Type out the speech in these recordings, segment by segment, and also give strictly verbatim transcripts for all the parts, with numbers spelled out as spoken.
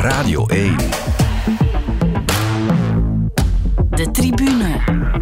Radio één. De Tribune.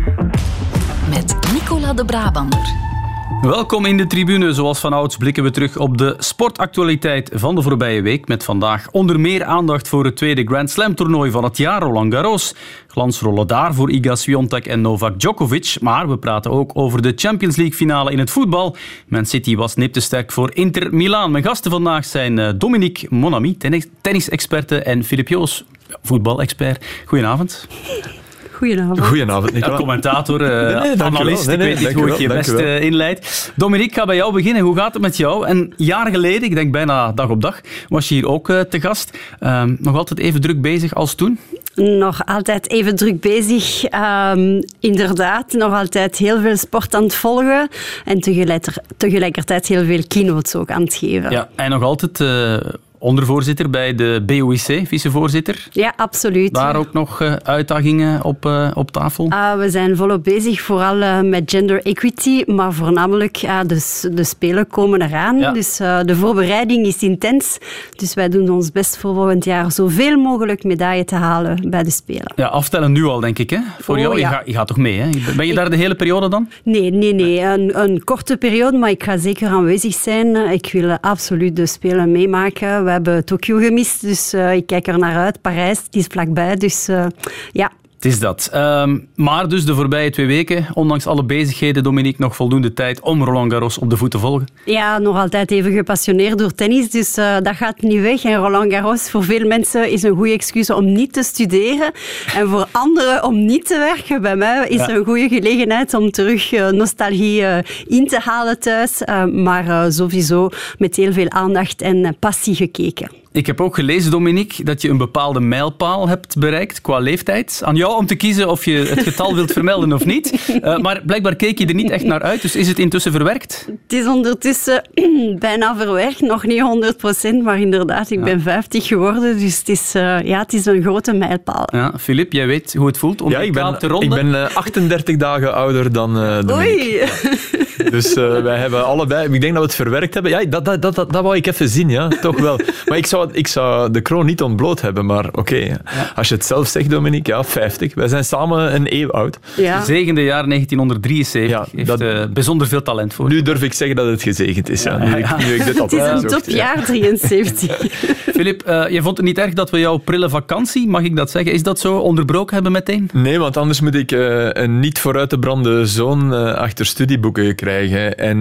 Met Nicola de Brabander. Welkom in de Tribune. Zoals vanouds blikken we terug op de sportactualiteit van de voorbije week. Met vandaag onder meer aandacht voor het tweede Grand Slam toernooi van het jaar, Roland Garros. Glansrollen daar voor Iga Swiatek en Novak Djokovic. Maar we praten ook over de Champions League finale in het voetbal. Man City was nip te sterk voor Inter Milaan. Mijn gasten vandaag zijn Dominique Monami, tennis-experte, en Filip Joos, voetbalexpert. Goedenavond. Goedenavond. Goedenavond, Nicola. Ja, commentator, uh, nee, nee, analist. nee, nee, ik weet niet hoe hoe ik je best uh, inleid. Dominique, ik ga bij jou beginnen. Hoe gaat het met jou? En jaren geleden, ik denk bijna dag op dag, was je hier ook uh, te gast. Uh, nog altijd even druk bezig als toen? Nog altijd even druk bezig. Um, inderdaad, nog altijd heel veel sport aan het volgen. En tegelijker, tegelijkertijd heel veel keynotes ook aan het geven. Ja, en nog altijd... Uh, ondervoorzitter bij de B O I C, vicevoorzitter. Ja, absoluut. Daar ook nog uh, uitdagingen op, uh, op tafel? Uh, we zijn volop bezig, vooral uh, met gender equity, maar voornamelijk uh, de, de Spelen komen eraan. Ja. Dus uh, de voorbereiding is intens. Dus wij doen ons best voor volgend jaar zoveel mogelijk medailles te halen bij de Spelen. Ja, aftellen nu al, denk ik, hè? Voor oh, jou. Ja. Je, gaat, je gaat toch mee, hè? Ben je ik... daar de hele periode dan? Nee, nee, nee. Een, een korte periode, maar ik ga zeker aanwezig zijn. Ik wil absoluut de Spelen meemaken. We hebben Tokio gemist, dus uh, ik kijk er naar uit. Parijs, het is vlakbij, dus uh, ja. Het is dat. Um, maar dus de voorbije twee weken, ondanks alle bezigheden, Dominique, nog voldoende tijd om Roland Garros op de voet te volgen? Ja, nog altijd even gepassioneerd door tennis, dus uh, dat gaat niet weg. En Roland Garros voor veel mensen is een goede excuus om niet te studeren. En voor anderen om niet te werken. Bij mij is ja. een goede gelegenheid om terug uh, nostalgie uh, in te halen thuis. Uh, maar uh, sowieso met heel veel aandacht en uh, passie gekeken. Ik heb ook gelezen, Dominique, dat je een bepaalde mijlpaal hebt bereikt qua leeftijd. Aan jou om te kiezen of je het getal wilt vermelden of niet. Uh, maar blijkbaar keek je er niet echt naar uit, dus is het intussen verwerkt? Het is ondertussen bijna verwerkt, nog niet honderd procent, maar inderdaad, ik ja. ben vijftig geworden, dus het is, uh, ja, het is een grote mijlpaal. Ja, Filip, jij weet hoe het voelt om ja, ik ben, te ronden? Ik ben uh, achtendertig dagen ouder dan uh, Dominique. Oei! Dus uh, wij hebben allebei... Ik denk dat we het verwerkt hebben. Ja, dat, dat, dat, dat, dat wou ik even zien, ja. Toch wel. Maar ik zou, ik zou de kroon niet ontbloot hebben, maar oké. Okay. Ja. Als je het zelf zegt, Dominique, ja, vijftig. Wij zijn samen een eeuw oud. Ja. Gezegende jaar negentien drieënzeventig. Ja, heeft dat, uh, bijzonder veel talent voor. Nu durf ik zeggen dat het gezegend is. Ja. Ja, nu, ja. Nu ik dit het is een topjaar, ja. drieënzeventig. Filip, uh, je vond het niet erg dat we jouw prille vakantie, mag ik dat zeggen, is dat zo onderbroken hebben meteen? Nee, want anders moet ik uh, een niet vooruit te branden zoon uh, achter studieboeken krijgen. En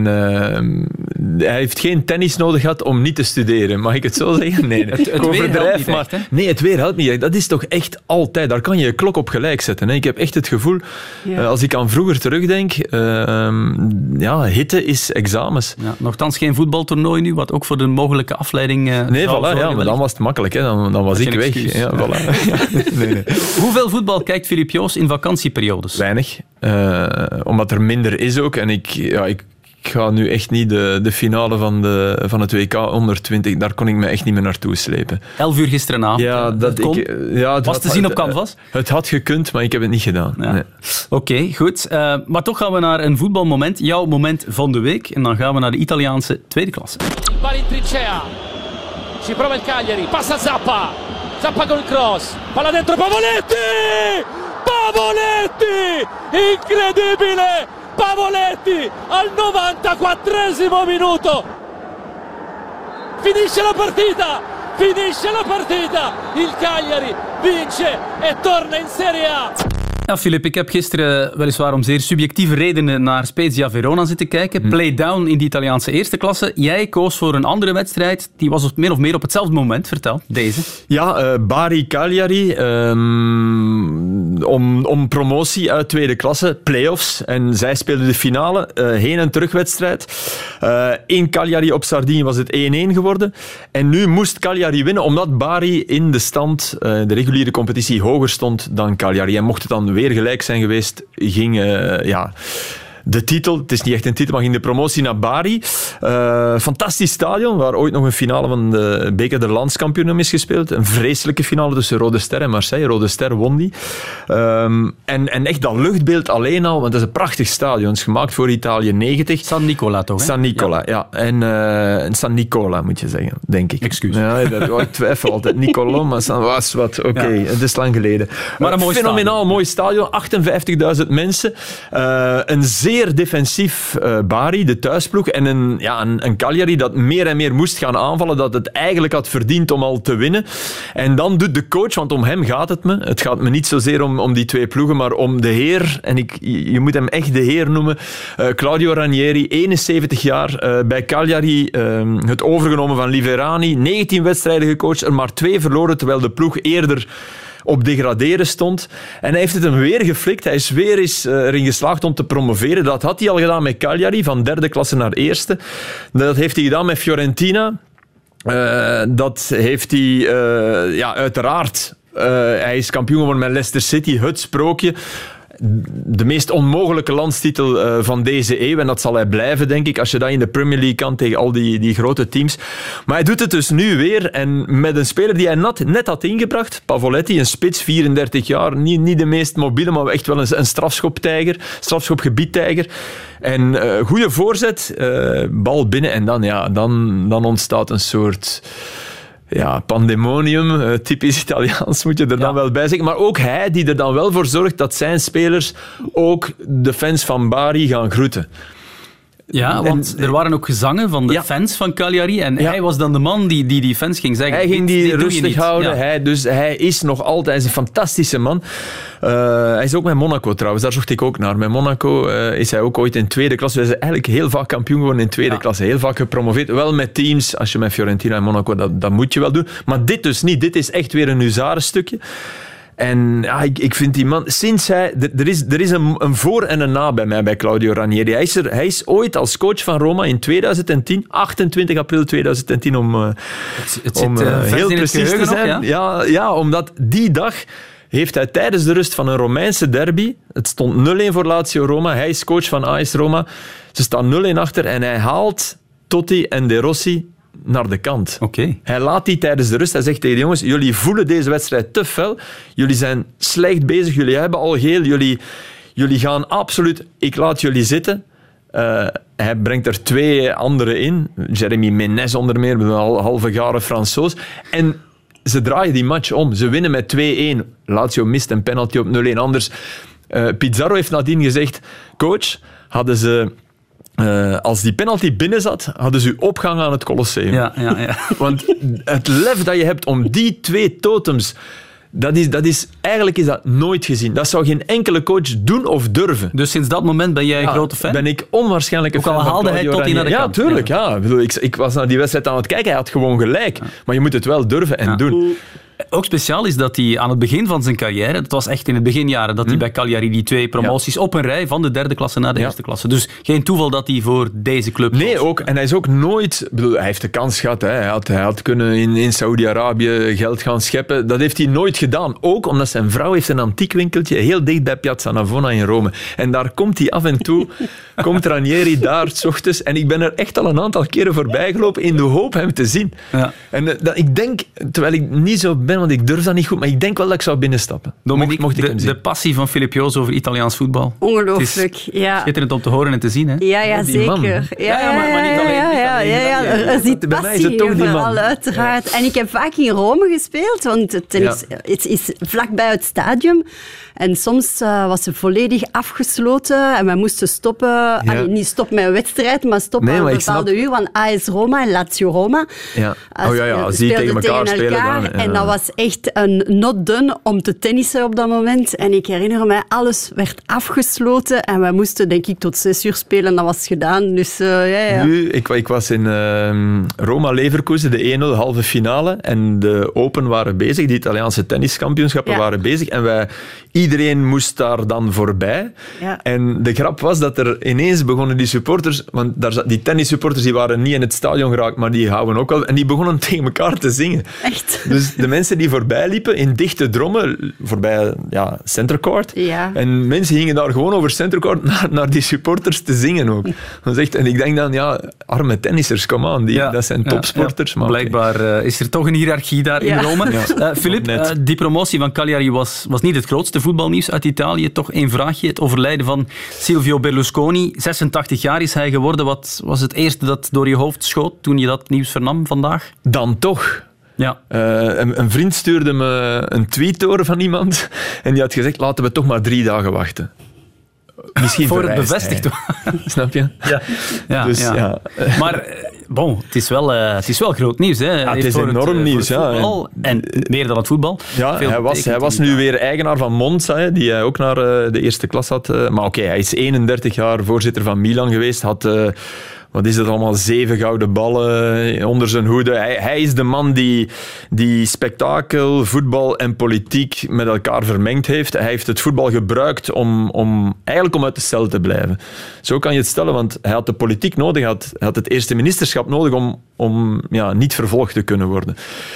uh, hij heeft geen tennis nodig gehad om niet te studeren. Mag ik het zo zeggen? Nee, nee. Het, het weer helpt niet echt, hè? Nee, het weer helpt niet. Dat is toch echt altijd... Daar kan je je klok op gelijk zetten. Hè? Ik heb echt het gevoel, ja. uh, als ik aan vroeger terugdenk, uh, ja, hitte is examens. Ja, nochtans geen voetbaltoernooi nu, wat ook voor de mogelijke afleiding... Uh, nee, voilà, ja, maar dan was het makkelijk. Hè? Dan, dan was ik weg. Ja, ja. Voilà. nee, nee. Hoeveel voetbal kijkt Filip Joos in vakantieperiodes? Weinig. Uh, omdat er minder is ook. En ik... Ja, ik Ik ga nu echt niet de, de finale van, de, van het W K onder twintig, daar kon ik me echt niet meer naartoe slepen. Elf uur gisteravond. Ja, dat ik, ja, het was had, te zien op Canvas? Het, het had gekund, maar ik heb het niet gedaan. Ja. Nee. Oké, okay, goed. Uh, maar toch gaan we naar een voetbalmoment. Jouw moment van de week. En dan gaan we naar de Italiaanse tweede klasse. Bal in trincea. Si prova il Cagliari. Passa Zappa. Zappa con il cross. Palla dentro Pavoletti! Pavoletti! Incredibile! Pavoletti al novantaquattresimo minuto, finisce la partita, finisce la partita, il Cagliari vince e torna in Serie A. Ja, Filip, ik heb gisteren weliswaar om zeer subjectieve redenen naar Spezia Verona zitten kijken. Play-down in de Italiaanse eerste klasse. Jij koos voor een andere wedstrijd. Die was min of meer op hetzelfde moment. Vertel, deze. Ja, uh, Bari Cagliari. Um, om, om promotie uit tweede klasse. Play-offs. En zij speelden de finale. Uh, heen- en terugwedstrijd. Uh, in Cagliari op Sardinië was het één-één geworden. En nu moest Cagliari winnen, omdat Bari in de stand, uh, de reguliere competitie, hoger stond dan Cagliari. En mocht het dan weer gelijk zijn geweest, ging... Uh, ja, de titel. Het is niet echt een titel, maar ging de promotie naar Bari. Uh, fantastisch stadion, waar ooit nog een finale van de beker der landskampioenen is gespeeld. Een vreselijke finale tussen Rode Ster en Marseille. Rode Ster won die. Um, en, en echt dat luchtbeeld alleen al, want dat is een prachtig stadion. Het is gemaakt voor Italië negentig. San Nicola toch? Hè? San Nicola, ja. ja. En uh, San Nicola moet je zeggen, denk ik. Excuus. Ja, dat, oh, ik twijfel altijd. Nicola, maar San was wat. Oké, okay. ja. Het is lang geleden. Maar een mooi Fenomenaal stadion. mooi stadion. achtenvijftigduizend mensen. Uh, een zeer defensief uh, Bari, de thuisploeg. En een, ja, een, een Cagliari dat meer en meer moest gaan aanvallen. Dat het eigenlijk had verdiend om al te winnen. En dan doet de coach, want om hem gaat het me. Het gaat me niet zozeer om, om die twee ploegen, maar om de heer. En ik, je moet hem echt de heer noemen. Uh, Claudio Ranieri, eenenzeventig jaar. Uh, bij Cagliari uh, het overgenomen van Liverani. negentien wedstrijden gecoacht, er maar twee verloren, terwijl de ploeg eerder op degraderen stond. En hij heeft het hem weer geflikt. Hij is weer eens uh, erin geslaagd om te promoveren. Dat had hij al gedaan met Cagliari, van derde klasse naar eerste. Dat heeft hij gedaan met Fiorentina. Uh, dat heeft hij uh, ja, uiteraard... Uh, hij is kampioen geworden met Leicester City, het sprookje. De meest onmogelijke landstitel uh, van deze eeuw. En dat zal hij blijven, denk ik, als je dat in de Premier League kan tegen al die, die grote teams. Maar hij doet het dus nu weer. En met een speler die hij net, net had ingebracht. Pavoletti, een spits, vierendertig jaar. Niet, niet de meest mobiele, maar echt wel een, een strafschoptijger. Strafschopgebiettijger. En uh, goede voorzet. Uh, bal binnen. En dan, ja, dan, dan ontstaat een soort... Ja, pandemonium, uh, typisch Italiaans moet je er dan ja. wel bij zeggen. Maar ook hij die er dan wel voor zorgt dat zijn spelers ook de fans van Bari gaan groeten. Ja, want en, er waren ook gezangen van de ja. fans van Cagliari en ja. hij was dan de man die die, die fans ging zeggen. Hij ging die dit, dit rustig houden. Ja. Hij, dus hij is nog altijd hij is een fantastische man. Uh, hij is ook met Monaco trouwens, daar zocht ik ook naar. Met Monaco uh, is hij ook ooit in tweede klasse. Hij is eigenlijk heel vaak kampioen geworden in tweede ja. klasse. Heel vaak gepromoveerd. Wel met teams, als je met Fiorentina en Monaco, dat, dat moet je wel doen. Maar dit dus niet. Dit is echt weer een huzarenstukje. En ja, ik, ik vind die man... Sinds hij... Er is, er is een, een voor en een na bij mij, bij Claudio Ranieri. Hij is, er, hij is ooit als coach van Roma in tweeduizend tien, achtentwintig april tweeduizend tien, om, uh, het, het om zit, uh, uh, heel precies te zijn. Nog, ja? Ja, ja, omdat die dag heeft hij tijdens de rust van een Romeinse derby... Het stond nul-een voor Lazio Roma. Hij is coach van A S Roma. Ze staan nul-een achter en hij haalt Totti en De Rossi naar de kant. Okay. Hij laat die tijdens de rust. Hij zegt tegen de jongens, jullie voelen deze wedstrijd te fel. Jullie zijn slecht bezig. Jullie hebben al geel. Jullie, jullie gaan absoluut... Ik laat jullie zitten. Uh, hij brengt er twee anderen in. Jeremy Menez onder meer, een halve gare Fransoos. En ze draaien die match om. Ze winnen met twee-een. Lazio mist een penalty op nul-een. Anders... Uh, Pizarro heeft nadien gezegd... Coach, hadden ze... Uh, als die penalty binnen zat, hadden ze u opgehangen aan het Colosseum. Ja, ja, ja. Want het lef dat je hebt om die twee totems... Dat is, dat is, eigenlijk is dat nooit gezien. Dat zou geen enkele coach doen of durven. Dus sinds dat moment ben jij een ja, grote fan? Ben ik onwaarschijnlijk een fan. Ook al haalde hij tot die naar de ja, kant. Tuurlijk, ja, ja. tuurlijk. Ik, ik was naar die wedstrijd aan het kijken. Hij had gewoon gelijk. Ja. Maar je moet het wel durven en ja. doen. Ook speciaal is dat hij aan het begin van zijn carrière, het was echt in het beginjaren, dat hm. hij bij Cagliari die twee promoties ja. op een rij van de derde klasse naar de ja. eerste klasse. Dus geen toeval dat hij voor deze club Nee, was. ook. En hij is ook nooit... Bedoel, hij heeft de kans gehad. Hè. Hij, had, hij had kunnen in, in Saudi-Arabië geld gaan scheppen. Dat heeft hij nooit gedaan. Ook omdat zijn vrouw heeft een antiekwinkeltje heel dicht bij Piazza Navona in Rome. En daar komt hij af en toe... komt Ranieri daar 's ochtends. En ik ben er echt al een aantal keren voorbij gelopen in de hoop hem te zien. Ja. En uh, dat, ik denk, terwijl ik niet zo ben, want ik durf dat niet goed, maar ik denk wel dat ik zou binnenstappen. Dominique, mocht, mocht ik de, hem zien. de passie van Filip Joos over Italiaans voetbal. Ongelooflijk, ja. Schitterend om te horen en te zien, hè? Ja, ja, die zeker. Man. Ja, ja, ja, maar, maar niet alleen. Ja, ja, ja, ja, ja. Er zit Bij mij is het passie toch die overal, man. uiteraard. Ja. En ik heb vaak in Rome gespeeld, want het is, ja. het is vlakbij het stadion. En soms uh, was ze volledig afgesloten en we moesten stoppen. Ja. Allee, niet stoppen met een wedstrijd, maar stoppen nee, aan maar een bepaalde uur. Want A S Roma en Lazio Roma ja. Oh ja, ja. Als die tegen elkaar tegen spelen. elkaar. Dan, ja. En dat was echt een not done om te tennissen op dat moment. En ik herinner me, alles werd afgesloten en wij moesten denk ik tot zes uur spelen. Dat was gedaan. Dus, uh, ja, ja. Nu, ik, ik was in uh, Roma-Leverkusen, de één nul halve finale. En de Open waren bezig. De Italiaanse tenniskampioenschappen ja. waren bezig. En wij... Iedereen moest daar dan voorbij. Ja. En de grap was dat er ineens begonnen die supporters... Want daar, die tennissupporters die waren niet in het stadion geraakt, maar die houden ook wel... En die begonnen tegen elkaar te zingen. Echt? Dus de mensen mensen die voorbij liepen in dichte drommen, voorbij ja, Centercourt. Ja. En mensen gingen daar gewoon over Centercourt naar, naar die supporters te zingen ook. Dat is echt, en ik denk dan, ja, arme tennissers, kom aan, die, ja, dat zijn topsporters. Ja, ja. Maar blijkbaar okay. uh, is er toch een hiërarchie daar ja. in Rome. Filip, ja. uh, uh, die promotie van Cagliari was, was niet het grootste voetbalnieuws uit Italië. Toch één vraagje, het overlijden van Silvio Berlusconi. zesentachtig jaar is hij geworden. Wat was het eerste dat door je hoofd schoot toen je dat nieuws vernam vandaag? Dan toch... Ja. Uh, een, een vriend stuurde me een tweet door van iemand en die had gezegd, laten we toch maar drie dagen wachten. Misschien voor het bevestigd wordt. Snap je? Ja. Ja, dus, ja. ja. Maar bon, het is wel, uh, het is wel groot nieuws. Hè. Ja, het is enorm het, uh, nieuws. voor het voetbal, ja. En meer dan het voetbal. Ja, Veel hij was, hij was nu weer eigenaar van Monza, hè, die hij ook naar uh, de eerste klas had. Uh, maar oké, okay, hij is eenendertig jaar voorzitter van Milan geweest. Had... Uh, Wat is het allemaal? Zeven gouden ballen onder zijn hoede. Hij, hij is de man die, die spektakel, voetbal en politiek met elkaar vermengd heeft. Hij heeft het voetbal gebruikt om, om eigenlijk om uit de cel te blijven. Zo kan je het stellen, want hij had de politiek nodig. Hij had, hij had het eerste ministerschap nodig om, om ja, niet vervolgd te kunnen worden.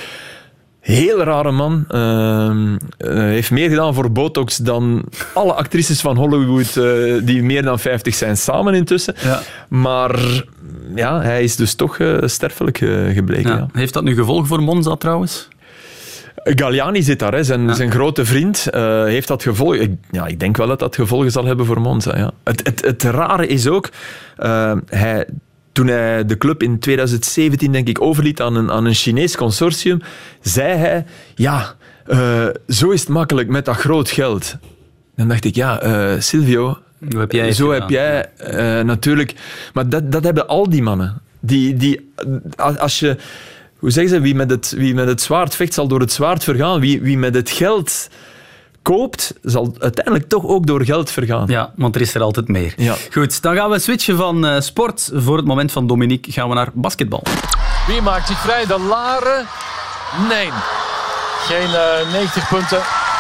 Heel rare man. Uh, uh, heeft meer gedaan voor botox dan alle actrices van Hollywood uh, die meer dan vijftig zijn samen intussen. Ja. Maar ja, hij is dus toch uh, sterfelijk uh, gebleken. Ja. Ja. Heeft dat nu gevolgen voor Monza trouwens? Galliani zit daar, hè, zijn, ja. zijn grote vriend. Uh, heeft dat gevolgen? Ik, ja, ik denk wel dat dat gevolgen zal hebben voor Monza. Ja. Het, het, het rare is ook... Uh, hij... Toen hij de club in twintig zeventien, denk ik, overliet aan een, aan een Chinees consortium, zei hij, ja, uh, zo is het makkelijk met dat groot geld. Dan dacht ik, ja, uh, Silvio, Hoe heb jij zo gedaan? heb jij uh, natuurlijk... Maar dat, dat hebben al die mannen. Die, die, als je... Hoe zeggen ze? Wie met, het, wie met het zwaard vecht, zal door het zwaard vergaan. Wie, wie met het geld... koopt, zal uiteindelijk toch ook door geld vergaan. Ja, want er is er altijd meer. Ja. Goed, dan gaan we switchen van uh, sport. Voor het moment van Dominique gaan we naar basketbal. Wie maakt zich vrij? De Laren? Nee. Geen uh, negentig punten.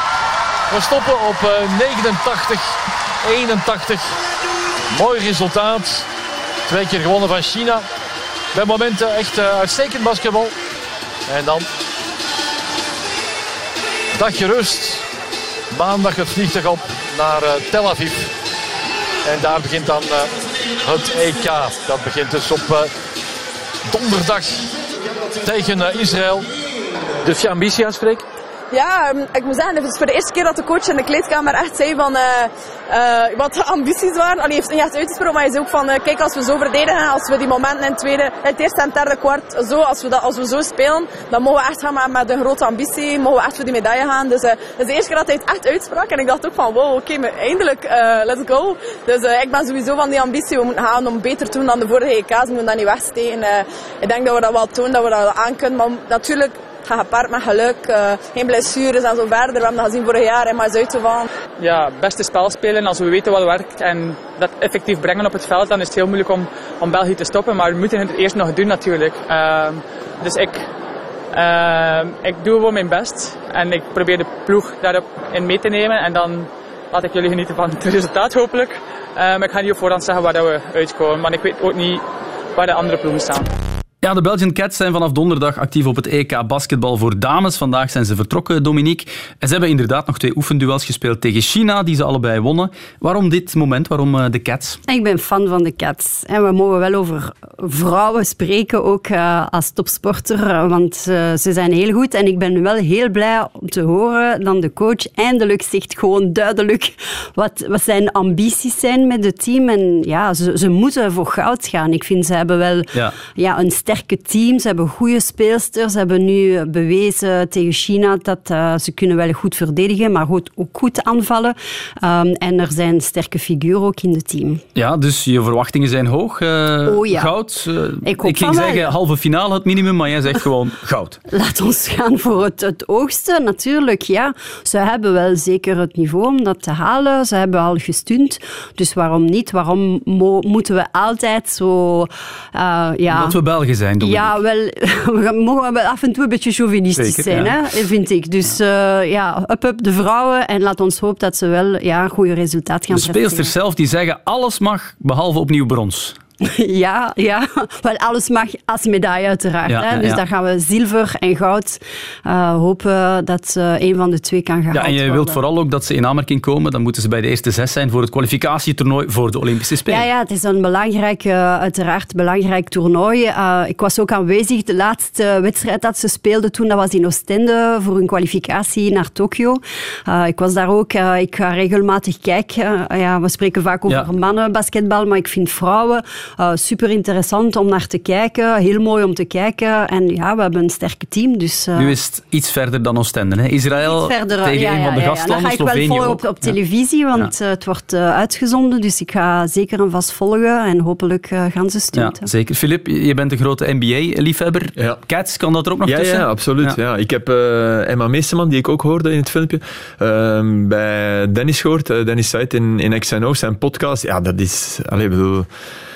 We stoppen op uh, negenentachtig eenentachtig. Mooi resultaat. Twee keer gewonnen van China. Bij momenten echt uh, uitstekend basketbal. En dan... dagje rust. Maandag het vliegtuig op naar uh, Tel Aviv. En daar begint dan uh, het E K. Dat begint dus op uh, donderdag tegen uh, Israël. Dus je ambitie uitspreken? Ja, ik moet zeggen, het is voor de eerste keer dat de coach in de kleedkamer echt zei van, uh, uh, wat de ambities waren. Allee, hij heeft het niet echt uitgesproken, maar hij zei ook van, uh, kijk, als we zo verdedigen, als we die momenten in het, tweede, het eerste en derde kwart, zo, als, we dat, als we zo spelen, dan mogen we echt gaan met, met een grote ambitie, mogen we echt voor die medaille gaan. Dus uh, het is de eerste keer dat hij het echt uitsprak en ik dacht ook van, wow, oké, okay, eindelijk, uh, let's go. Dus uh, ik ben sowieso van die ambitie, we moeten gaan om beter te doen dan de vorige E K's, we moeten dat niet wegsteken. Uh, ik denk dat we dat wel tonen, dat we dat aan kunnen, maar natuurlijk... Het gaat gepaard met geluk, uh, geen blessures en zo verder. We hebben dat gezien vorig jaar en maar is uitgevallen. Ja, het beste spel spelen. Als we weten wat werkt en dat effectief brengen op het veld, dan is het heel moeilijk om, om België te stoppen. Maar we moeten het eerst nog doen natuurlijk. Uh, dus ik, uh, ik doe gewoon mijn best. En ik probeer de ploeg daarop in mee te nemen. En dan laat ik jullie genieten van het resultaat hopelijk. Uh, maar ik ga niet op voorhand zeggen waar dat we uitkomen. Want ik weet ook niet waar de andere ploegen staan. Ja, de Belgian Cats zijn vanaf donderdag actief op het E K basketbal voor dames. Vandaag zijn ze vertrokken, Dominique. En ze hebben inderdaad nog twee oefenduels gespeeld tegen China, die ze allebei wonnen. Waarom dit moment? Waarom uh, de Cats? Ik ben fan van de Cats. En we mogen wel over vrouwen spreken, ook uh, als topsporter, want uh, ze zijn heel goed. En ik ben wel heel blij om te horen dat de coach eindelijk zegt gewoon duidelijk wat, wat zijn ambities zijn met het team. En ja, ze, ze moeten voor goud gaan. Ik vind, ze hebben wel ja. Ja, een sterke team, ze hebben goede speelsters. Ze hebben nu bewezen tegen China dat uh, ze kunnen wel goed verdedigen, maar goed, ook goed aanvallen. Um, en er zijn sterke figuren ook in het team. Ja, dus je verwachtingen zijn hoog. Uh, oh, ja. Goud. Uh, ik, ik ging zeggen wel. halve finale het minimum, maar jij zegt gewoon goud. Laat ons gaan voor het, het hoogste, natuurlijk. Ja. Ze hebben wel zeker het niveau om dat te halen. Ze hebben al gestund. Dus waarom niet? Waarom mo- moeten we altijd zo... Uh, ja. Omdat we Belgen zijn. Ja, wel, we mogen wel af en toe een beetje chauvinistisch Zeker, zijn, ja. hè, vind ik. Dus uh, ja, up, up de vrouwen en laat ons hopen dat ze wel ja, een goede resultaat gaan De speelsters zelf die zeggen alles mag, behalve opnieuw brons. Ja, ja. Wel, alles mag als medaille uiteraard. Ja, hè? ja, dus ja. daar gaan we zilver en goud uh, hopen dat uh, een van de twee kan gehaald Ja, en jij worden. wilt vooral ook dat ze in aanmerking komen, dan moeten ze bij de eerste zes zijn voor het kwalificatietoernooi voor de Olympische Spelen. Ja, ja, het is een belangrijk, uh, uiteraard belangrijk toernooi. Uh, ik was ook aanwezig. De laatste wedstrijd dat ze speelden toen, dat was in Oostende voor een kwalificatie naar Tokio. Uh, ik was daar ook. Uh, ik ga regelmatig kijken. Uh, ja, we spreken vaak over Ja. mannenbasketbal, maar ik vind vrouwen uh, super interessant om naar te kijken. Heel mooi om te kijken. En ja, we hebben een sterke team. Dus, uh, Nu is het iets verder dan Oostende. Hè? Israël verder, tegen ja, een van de ja, ja, gastlanden, ja. Dat ga ik Slovenië wel volgen ook. op, op televisie, want Ja. uh, het wordt uh, uitgezonden. Dus ik ga zeker en vast volgen en hopelijk uh, gaan ze Ja, stunten. zeker. Filip, je bent een grote N B A-liefhebber. Ja. Cats, kan dat er ook nog Ja, tussen? ja, absoluut. Ja. Ja. Ik heb uh, Emma Meeseman, die ik ook hoorde in het filmpje, uh, bij Dennis gehoord, uh, Dennis Said in, in X N O, zijn podcast. Ja, dat is... Allee, bedoel...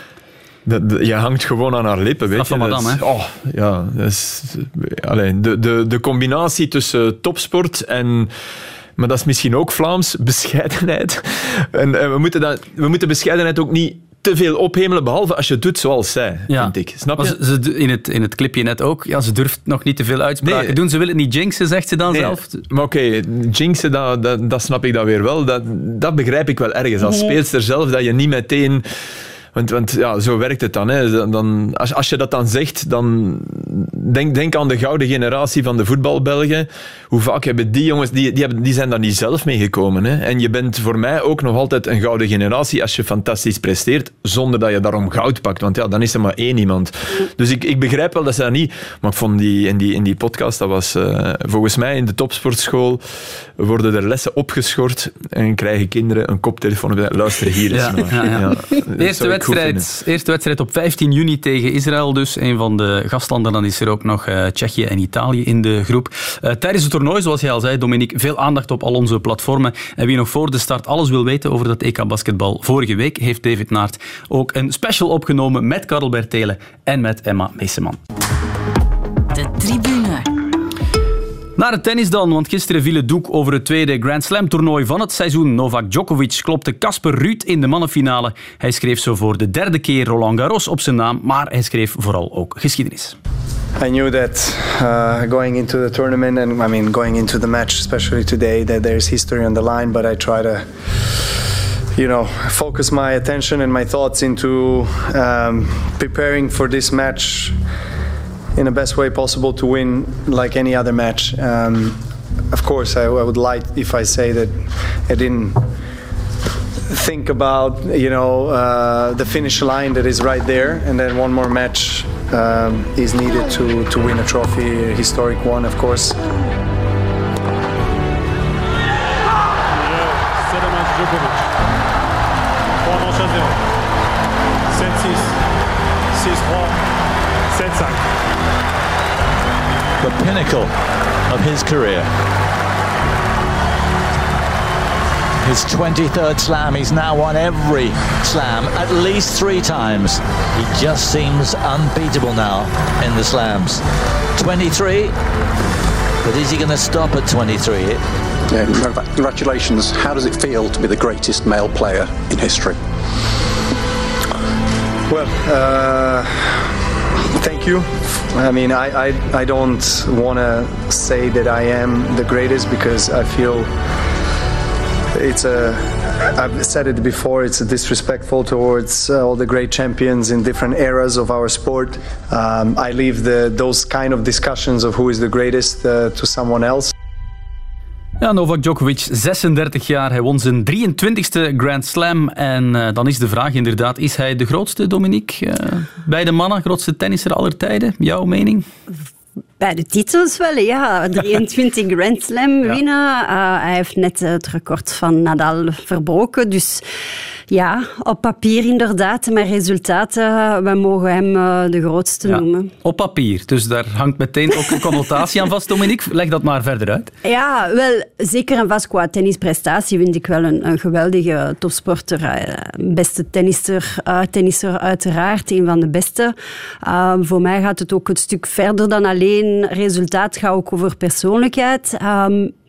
Dat, dat, je hangt gewoon aan haar lippen, weet je. Straf van Dat madame, is- oh, ja, dat is... Allee, de, de, de combinatie tussen topsport en... Maar dat is misschien ook Vlaams, bescheidenheid. En, en we, moeten dat, we moeten bescheidenheid ook niet te veel ophemelen, behalve als je het doet zoals zij, Ja. vind ik. Snap Maar je? ze, ze- in, het, in het clipje net ook, ja, ze durft nog niet te veel uitspraken Nee. doen. Ze wil het niet jinxen, zegt ze dan Nee, zelf. maar oké, jinxen, dat, dat, dat snap ik dat weer wel. Dat, dat begrijp ik wel ergens. Als speelster zelf, dat je niet meteen... Want, want ja, zo werkt het dan. Hè. dan als, als je dat dan zegt, dan denk, denk aan de gouden generatie van de voetbalbelgen. Hoe vaak hebben die jongens, die, die, hebben, die zijn daar niet zelf mee gekomen. Hè. En je bent voor mij ook nog altijd een gouden generatie als je fantastisch presteert, zonder dat je daarom goud pakt. Want ja, dan is er maar één iemand. Dus ik, ik begrijp wel dat ze dat niet... Maar ik vond die, in, die, in die podcast, dat was uh, volgens mij in de topsportschool, worden er lessen opgeschort en krijgen kinderen een koptelefoon. Luister hier eens Ja, naar. ja, ja. Ja, dat Eerste zou ik goed vinden. wedstrijd, eerste wedstrijd op vijftien juni tegen Israël dus. Een van de gastlanden. Dan is er ook nog uh, Tsjechië en Italië in de groep. Uh, tijdens het toernooi, zoals jij al zei, Dominique, veel aandacht op al onze platformen. En wie nog voor de start alles wil weten over dat E K-basketbal vorige week, heeft David Naert ook een special opgenomen met Karel Bertelen en met Emma Meeseman. De tribune. Naar het tennis dan, want gisteren viel het doek over het tweede Grand Slam toernooi van het seizoen. Novak Djokovic klopte Casper Ruud in de mannenfinale. Hij schreef zo voor de derde keer Roland Garros op zijn naam, maar hij schreef vooral ook geschiedenis. I knew that uh, going into the tournament and I mean going into the match, especially today, that there's history on the line. But I try to, you know, focus my attention and my thoughts into um, preparing for this match in the best way possible to win, like any other match. Um, of course, I, I would lie if I say that I didn't think about, you know, uh, the finish line that is right there, and then one more match um, is needed to, to win a trophy, a historic one, of course. Seremas Djokovic. trois manches à zéro. sept six. six trois. sept cinq. The pinnacle of his career. His twenty-third slam. He's now won every slam at least three times. He just seems unbeatable now in the slams. twenty-three, but is he going to stop at twenty-three? Yeah, congratulations. How does it feel to be the greatest male player in history? Well, uh, thank you. I mean, I, I, I don't want to say that I am the greatest because I feel it's a, I've said it before, it's a disrespectful towards uh, all the great champions in different eras of our sport. Um, I leave the, those kind of discussions of who is the greatest uh, to someone else. Ja, Novak Djokovic, zesendertig jaar. Hij won zijn drieëntwintigste Grand Slam. En uh, dan is de vraag inderdaad, is hij de grootste, Dominique? Uh, bij de mannen, grootste tennisser aller tijden? Jouw mening? Bij de titels wel, ja. drieëntwintig Grand Slam winnen. Uh, hij heeft net het record van Nadal verbroken. Dus ja, op papier inderdaad. Met resultaten, we mogen hem uh, de grootste ja, noemen. Op papier. Dus daar hangt meteen ook een connotatie aan vast, Dominique. Leg dat maar verder uit. Ja, wel, zeker en vast qua tennisprestatie vind ik wel een, een geweldige topsporter. Uh, beste tennisser, uh, tennisser uiteraard, een van de beste. Uh, voor mij gaat het ook een stuk verder dan alleen resultaat, gaat ook over persoonlijkheid. Um, Het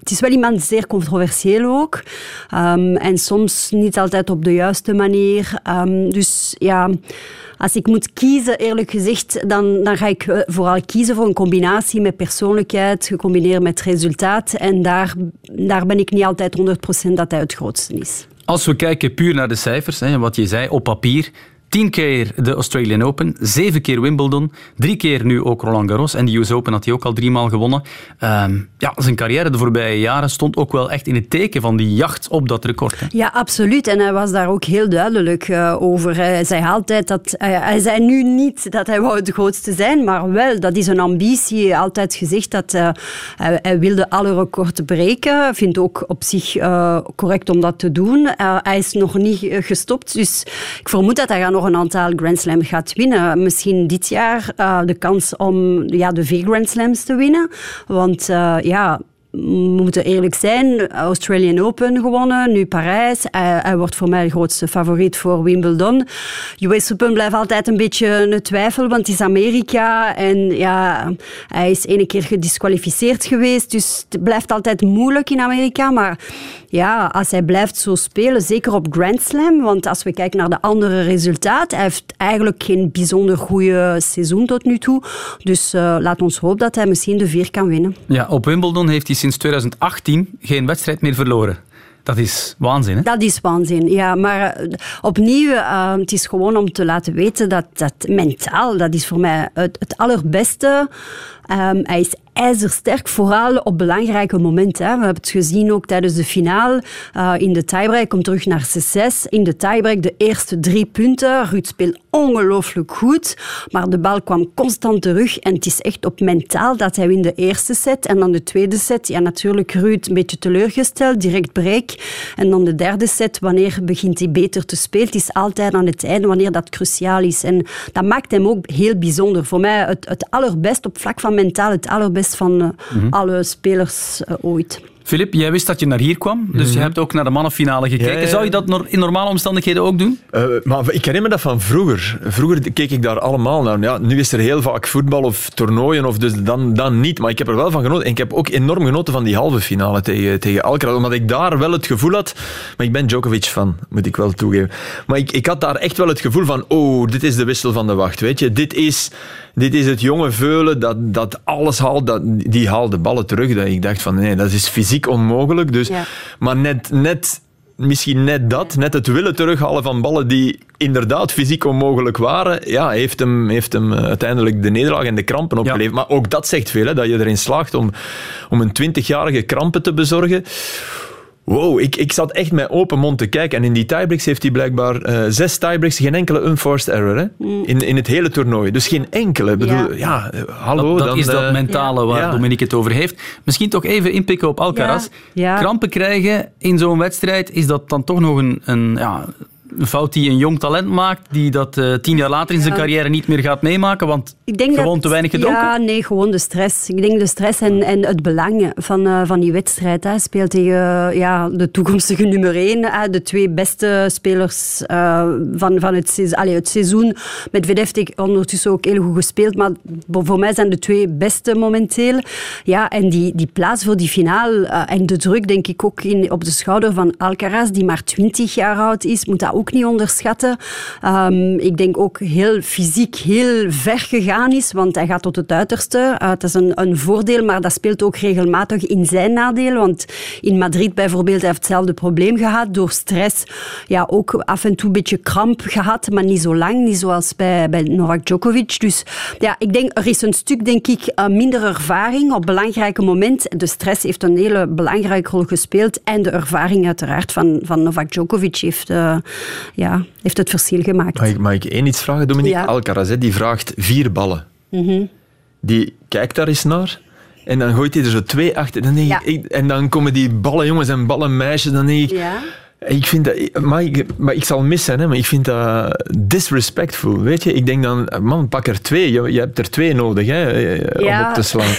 het is wel iemand zeer controversieel ook. Um, en soms niet altijd op de juiste manier. Um, dus ja... Als ik moet kiezen, eerlijk gezegd, dan, dan ga ik vooral kiezen voor een combinatie met persoonlijkheid, gecombineerd met resultaat. En daar, daar ben ik niet altijd honderd procent dat hij het grootste is. Als we kijken puur naar de cijfers, hè, wat je zei, op papier... Tien keer de Australian Open, zeven keer Wimbledon, drie keer nu ook Roland Garros. En de U S Open had hij ook al driemaal gewonnen. Um, ja, zijn carrière de voorbije jaren stond ook wel echt in het teken van die jacht op dat record. Hè? Ja, absoluut. En hij was daar ook heel duidelijk uh, over. Hij zei altijd dat... Uh, hij zei nu niet dat hij wou het grootste zijn, maar wel, dat is een ambitie. Altijd gezegd dat uh, hij, hij wilde alle records breken. Vindt ook op zich uh, correct om dat te doen. Uh, hij is nog niet gestopt, dus ik vermoed dat hij gaat nog een aantal Grand Slams gaat winnen. Misschien dit jaar uh, de kans om ja, de vier Grand Slams te winnen. Want uh, ja... We moeten eerlijk zijn, Australian Open gewonnen, nu Parijs. Hij, hij wordt voor mij de grootste favoriet voor Wimbledon. U S Open blijft altijd een beetje een twijfel, want het is Amerika. En ja, hij is ene keer gedisqualificeerd geweest, dus het blijft altijd moeilijk in Amerika. Maar ja, als hij blijft zo spelen, zeker op Grand Slam, want als we kijken naar de andere resultaten, hij heeft eigenlijk geen bijzonder goede seizoen tot nu toe. Dus uh, laat ons hopen dat hij misschien de vier kan winnen. Ja, op Wimbledon heeft hij sinds twintig achttien geen wedstrijd meer verloren. Dat is waanzin, hè? Dat is waanzin, ja. Maar uh, opnieuw, uh, het is gewoon om te laten weten dat, dat mentaal, dat is voor mij het, het allerbeste. Um, hij is ijzersterk, vooral op belangrijke momenten. Hè. We hebben het gezien ook tijdens de finale. Uh, in de tiebreak, komt terug naar zes zes. In de tiebreak de eerste drie punten. Ruud speelt ongelooflijk goed, maar de bal kwam constant terug. En het is echt op mentaal dat hij wint de eerste set. En dan de tweede set, ja natuurlijk Ruud een beetje teleurgesteld, direct break. En dan de derde set, wanneer begint hij beter te spelen? Het is altijd aan het einde, wanneer dat cruciaal is. En dat maakt hem ook heel bijzonder. Voor mij het, het allerbest op vlak van mentaal, het allerbest van uh, mm-hmm. alle spelers uh, ooit. Filip, jij wist dat je naar hier kwam, dus mm-hmm. je hebt ook naar de mannenfinale gekeken. Ja, ja. Zou je dat in normale omstandigheden ook doen? Uh, maar ik herinner me dat van vroeger. Vroeger keek ik daar allemaal naar. Ja, nu is er heel vaak voetbal of toernooien, of dus dan, dan niet. Maar ik heb er wel van genoten. En ik heb ook enorm genoten van die halve finale tegen, tegen Alcaraz. Omdat ik daar wel het gevoel had... Maar ik ben Djokovic fan, moet ik wel toegeven. Maar ik, ik had daar echt wel het gevoel van... Oh, dit is de wissel van de wacht, weet je. Dit is... Dit is het jonge Veulen dat, dat alles haalt, dat, die haalt de ballen terug. Dat ik dacht van, nee, dat is fysiek onmogelijk. Dus, ja. Maar net, net, misschien net dat, net het willen terughalen van ballen die inderdaad fysiek onmogelijk waren, ja, heeft hem, heeft hem uiteindelijk de nederlaag en de krampen opgeleverd. Ja. Maar ook dat zegt veel, hè, dat je erin slaagt om, om een twintigjarige krampen te bezorgen. Wow, ik, ik zat echt met open mond te kijken. En in die tiebreaks heeft hij blijkbaar uh, zes tiebreaks, geen enkele unforced error. Hè? Mm. In, in het hele toernooi. Dus geen enkele. Bedoel, ja. ja, hallo. Dat, dat dan, is dat uh, mentale waar ja. Dominique het over heeft. Misschien toch even inpikken op Alcaraz. Ja. Ja. Krampen krijgen in zo'n wedstrijd, is dat dan toch nog een... een ja, een fout die een jong talent maakt, die dat uh, tien jaar later in zijn ja. carrière niet meer gaat meemaken, want ik denk gewoon dat, te weinig gedronken? Ja, nee, gewoon de stress. Ik denk de stress en, en het belang van, uh, van die wedstrijd. Hij speelt tegen uh, ja, de toekomstige nummer één, uh, de twee beste spelers uh, van, van het, seizoen, allez, het seizoen. Met Medvedev heeft ondertussen ook heel goed gespeeld, maar voor mij zijn de twee beste momenteel. Ja, en die, die plaats voor die finale uh, en de druk, denk ik ook in, op de schouder van Alcaraz, die maar twintig jaar oud is, moet dat ook niet onderschatten. Um, ik denk ook heel fysiek heel ver gegaan is, want hij gaat tot het uiterste. Uh, het is een, een voordeel, maar dat speelt ook regelmatig in zijn nadeel, want in Madrid bijvoorbeeld heeft hetzelfde probleem gehad, door stress. Ja, ook af en toe een beetje kramp gehad, maar niet zo lang, niet zoals bij, bij Novak Djokovic. Dus ja, ik denk, er is een stuk, denk ik, uh, minder ervaring op belangrijke momenten. De stress heeft een hele belangrijke rol gespeeld en de ervaring uiteraard van, van Novak Djokovic heeft... Uh, Ja, heeft het verschil gemaakt. Mag ik, mag ik één iets vragen, Dominique? Ja. Alcaraz, hè, die vraagt vier ballen. Mm-hmm. Die kijkt daar eens naar en dan gooit hij er zo twee achter. Dan denk ik, ja. En dan komen die ballen jongens en ballen meisjes. Dan denk ik, ja. Ik vind dat, maar, ik, maar ik zal missen, hè, maar ik vind dat disrespectful. Weet je, ik denk dan, man, pak er twee. Je, je hebt er twee nodig hè, ja. om op te slaan.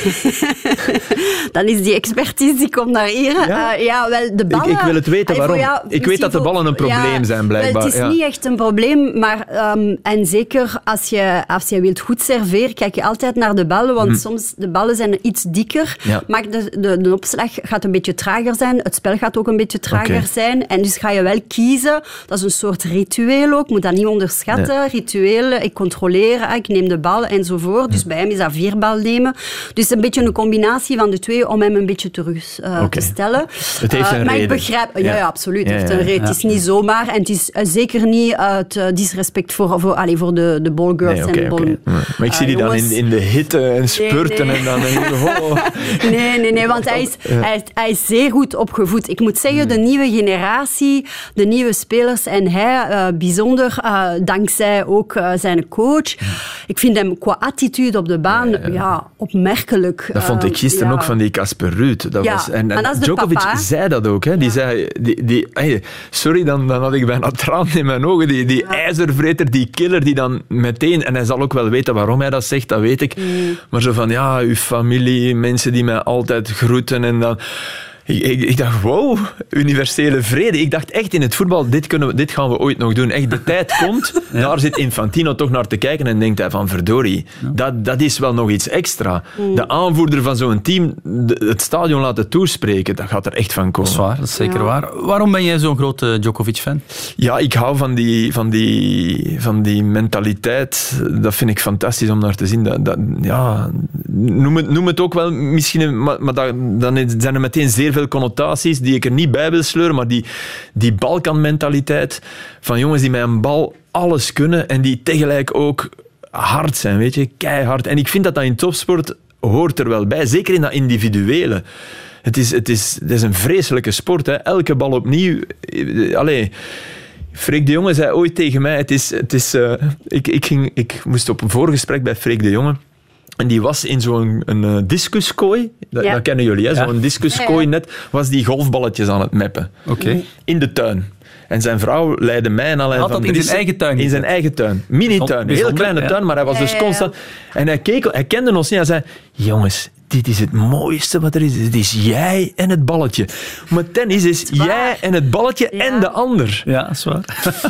Dan is die expertise, die komt naar hier. Ja, uh, ja wel, de ballen... Ik, ik wil het weten waarom. Ja, ik weet dat de ballen een probleem ja, zijn, blijkbaar. Wel, het is ja. niet echt een probleem, maar um, en zeker als je, als je wilt goed serveren, kijk je altijd naar de ballen, want hm. soms de ballen zijn iets dikker, ja. maar de, de, de opslag gaat een beetje trager zijn, het spel gaat ook een beetje trager okay. zijn, en dus ga je wel kiezen. Dat is een soort ritueel ook, moet dat niet onderschatten. Nee. Rituelen, ik controleer, ik neem de bal enzovoort. Dus hm. bij hem is dat vier bal nemen. Dus een beetje een combinatie van de twee om hem een beetje terug uh, okay. te stellen. Het heeft een uh, maar reden. ik begrijp... Ja, ja, ja absoluut. Ja, Het heeft ja, een reden. ja. Het is niet zomaar en het is uh, zeker niet uit uh, disrespect voor, voor, allez, voor de, de ballgirls nee, okay, en de ball... Okay. Ja. Maar ik zie die uh, dan in, in de hitte en spurten nee, nee. en dan denk ik, oh. Nee, nee, nee, want hij is, ja. hij, is, hij is zeer goed opgevoed. Ik moet zeggen, de nieuwe generatie, de nieuwe spelers en hij, uh, bijzonder uh, dankzij ook uh, zijn coach. Ja. Ik vind hem qua attitude op de baan ja, ja. Ja, opmerkelijk. Dat vond ik gisteren uh, ook van die Casper Ruud. Dat ja, was, en, en dat is Djokovic papa, zei dat ook. Hè. Die ja. zei, die, die, hey, sorry, dan, dan had ik bijna tranen in mijn ogen. Die, die ja. ijzervreter, die killer, die dan meteen... En hij zal ook wel weten waarom hij dat zegt, dat weet ik. Mm. Maar zo van, ja, uw familie, mensen die mij altijd groeten en dan... Ik, ik, ik dacht, wow, universele vrede. Ik dacht echt in het voetbal, dit, kunnen we, dit gaan we ooit nog doen. Echt, de tijd komt, ja. daar zit Infantino toch naar te kijken en denkt hij van, verdorie, ja. dat, dat is wel nog iets extra. Mm. De aanvoerder van zo'n team, de, het stadion laten toespreken, dat gaat er echt van komen. Dat is waar, dat is zeker ja. waar. Waarom ben jij zo'n grote Djokovic-fan? Ja, ik hou van die, van die, van die mentaliteit. Dat vind ik fantastisch om naar te zien. Dat, dat, ja, noem, het, noem het ook wel misschien, maar, maar dat, dan zijn er meteen zeer veel connotaties die ik er niet bij wil sleuren, maar die, die Balkan-mentaliteit van jongens die met een bal alles kunnen en die tegelijk ook hard zijn, weet je, keihard. En ik vind dat dat in topsport hoort er wel bij, zeker in dat individuele. Het is, het is, het is een vreselijke sport, hè. Elke bal opnieuw. Allee... Freek de Jonge zei ooit tegen mij, het is, het is, uh, ik, ik, ging, ik moest op een voorgesprek bij Freek de Jonge. En die was in zo'n een, uh, discuskooi. Dat, ja. dat kennen jullie, hè? Zo'n ja. discuskooi net. Was die golfballetjes aan het meppen. Okay. In de tuin. En zijn vrouw leidde mij en al Had dat in zijn eigen tuin? In zijn eigen tuin. Mini-tuin. Een heel kleine ja. tuin, maar hij was dus constant... En hij keek, hij kende ons niet. Hij zei, jongens, dit is het mooiste wat er is. Het is jij en het balletje. Maar tennis is jij en het balletje ja. en de ander. Ja, dat is waar.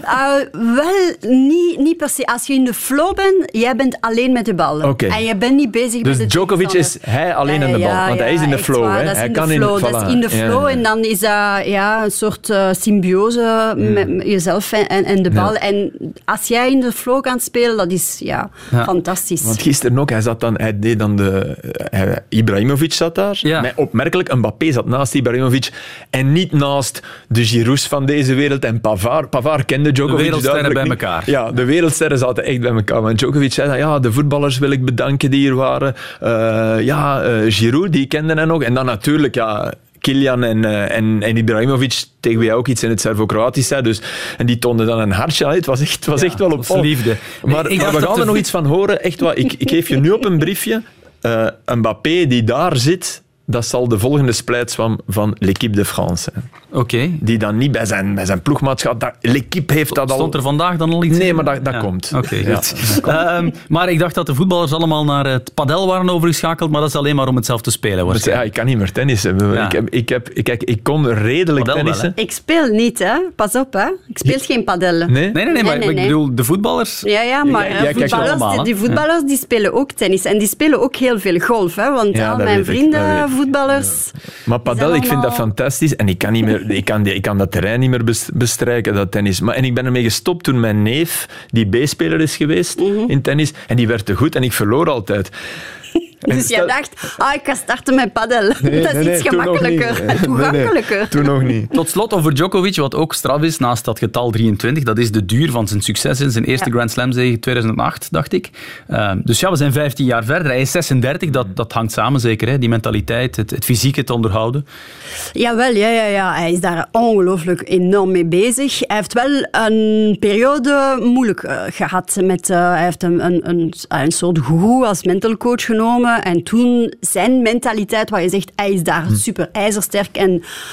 Uh, wel, niet, niet per se. Als je in de flow bent, jij bent alleen met de bal. Okay. En je bent niet bezig dus met de Djokovic is hij alleen aan de bal. Ja, want ja, hij is in de flow. Waar, hè? Dat is hij in kan de flow. In, dat is in de flow. Ja. En dan is dat ja, een soort uh, symbiose mm. met jezelf en, en de bal. Ja. En als jij in de flow kan spelen, dat is ja, ja. fantastisch. Want gisteren ook, hij, zat dan, hij deed dan de... Hij, Ibrahimovic zat daar. Ja. Maar opmerkelijk, Mbappé zat naast Ibrahimovic en niet naast de Giroud van deze wereld en Pavard. Pavard kende Djokovic. De wereldsterren bij elkaar. Ja, de wereldsterren zaten echt bij elkaar. Want Djokovic zei dan, ja, de voetballers wil ik bedanken die hier waren. Uh, ja, uh, Giroud, die kende hij nog. En dan natuurlijk, ja... Kilian en, uh, en, en Ibrahimovic, tegen wie hij ook iets in het Servo-Kroatisch zei. Dus, en die toonden dan een hartje. Het was echt, was ja, echt wel opvallend. Liefde. Maar, nee, maar we gaan er nog iets van horen. Echt wat, ik, ik geef je nu op een briefje. Uh, Mbappé die daar zit, dat zal de volgende splijtswam van L'Équipe de France zijn. Oké. Okay. Die dan niet bij zijn, bij zijn ploegmaat gaat. L'Équipe heeft dat al... Stond er vandaag dan al iets Nee, in? maar dat, dat ja. komt. Oké, okay, ja, goed. Um, maar ik dacht dat de voetballers allemaal naar het padel waren overgeschakeld, maar dat is alleen maar om het zelf te spelen. Ja, ik kan niet meer tennissen. Ja. Ik, heb, ik, heb, ik, kijk, ik kon redelijk padel tennissen. Wel, ik speel niet, hè. Pas op, hè. Ik speel geen padel. Nee? Nee, nee, nee, nee maar nee, nee. ik bedoel, de voetballers... Ja, ja, maar ja, ja, voetballers, allemaal, die, die voetballers die spelen ook tennis. En die spelen ook heel veel golf, hè. Want ja, al mijn vrienden, ik, voetballers... Ja. Maar padel, allemaal... ik vind dat fantastisch. En ik kan, niet meer, ik kan, die, ik kan dat terrein niet meer bestrijken, dat tennis. Maar, en ik ben ermee gestopt toen mijn neef, die B-speler is geweest mm-hmm. in tennis, en die werd te goed en ik verloor altijd. Dus jij dacht, ah, ik ga starten met padel. Nee, dat is nee, iets nee, gemakkelijker en toegankelijker. Nee, nee, toen nog niet. Tot slot over Djokovic, wat ook straf is, naast dat getal drieëntwintig, dat is de duur van zijn succes in zijn eerste ja. Grand Slam zege tweeduizend acht, dacht ik. Uh, dus ja, we zijn vijftien jaar verder. Hij is zesendertig, dat, dat hangt samen zeker, hè? Die mentaliteit, het, het fysiek, het onderhouden. Jawel, ja, ja, ja. Hij is daar ongelooflijk enorm mee bezig. Hij heeft wel een periode moeilijk uh, gehad. Met, uh, hij heeft een, een, een, een soort goeroe als mental coach genomen. En toen zijn mentaliteit, waar je zegt, hij is daar super ijzersterk en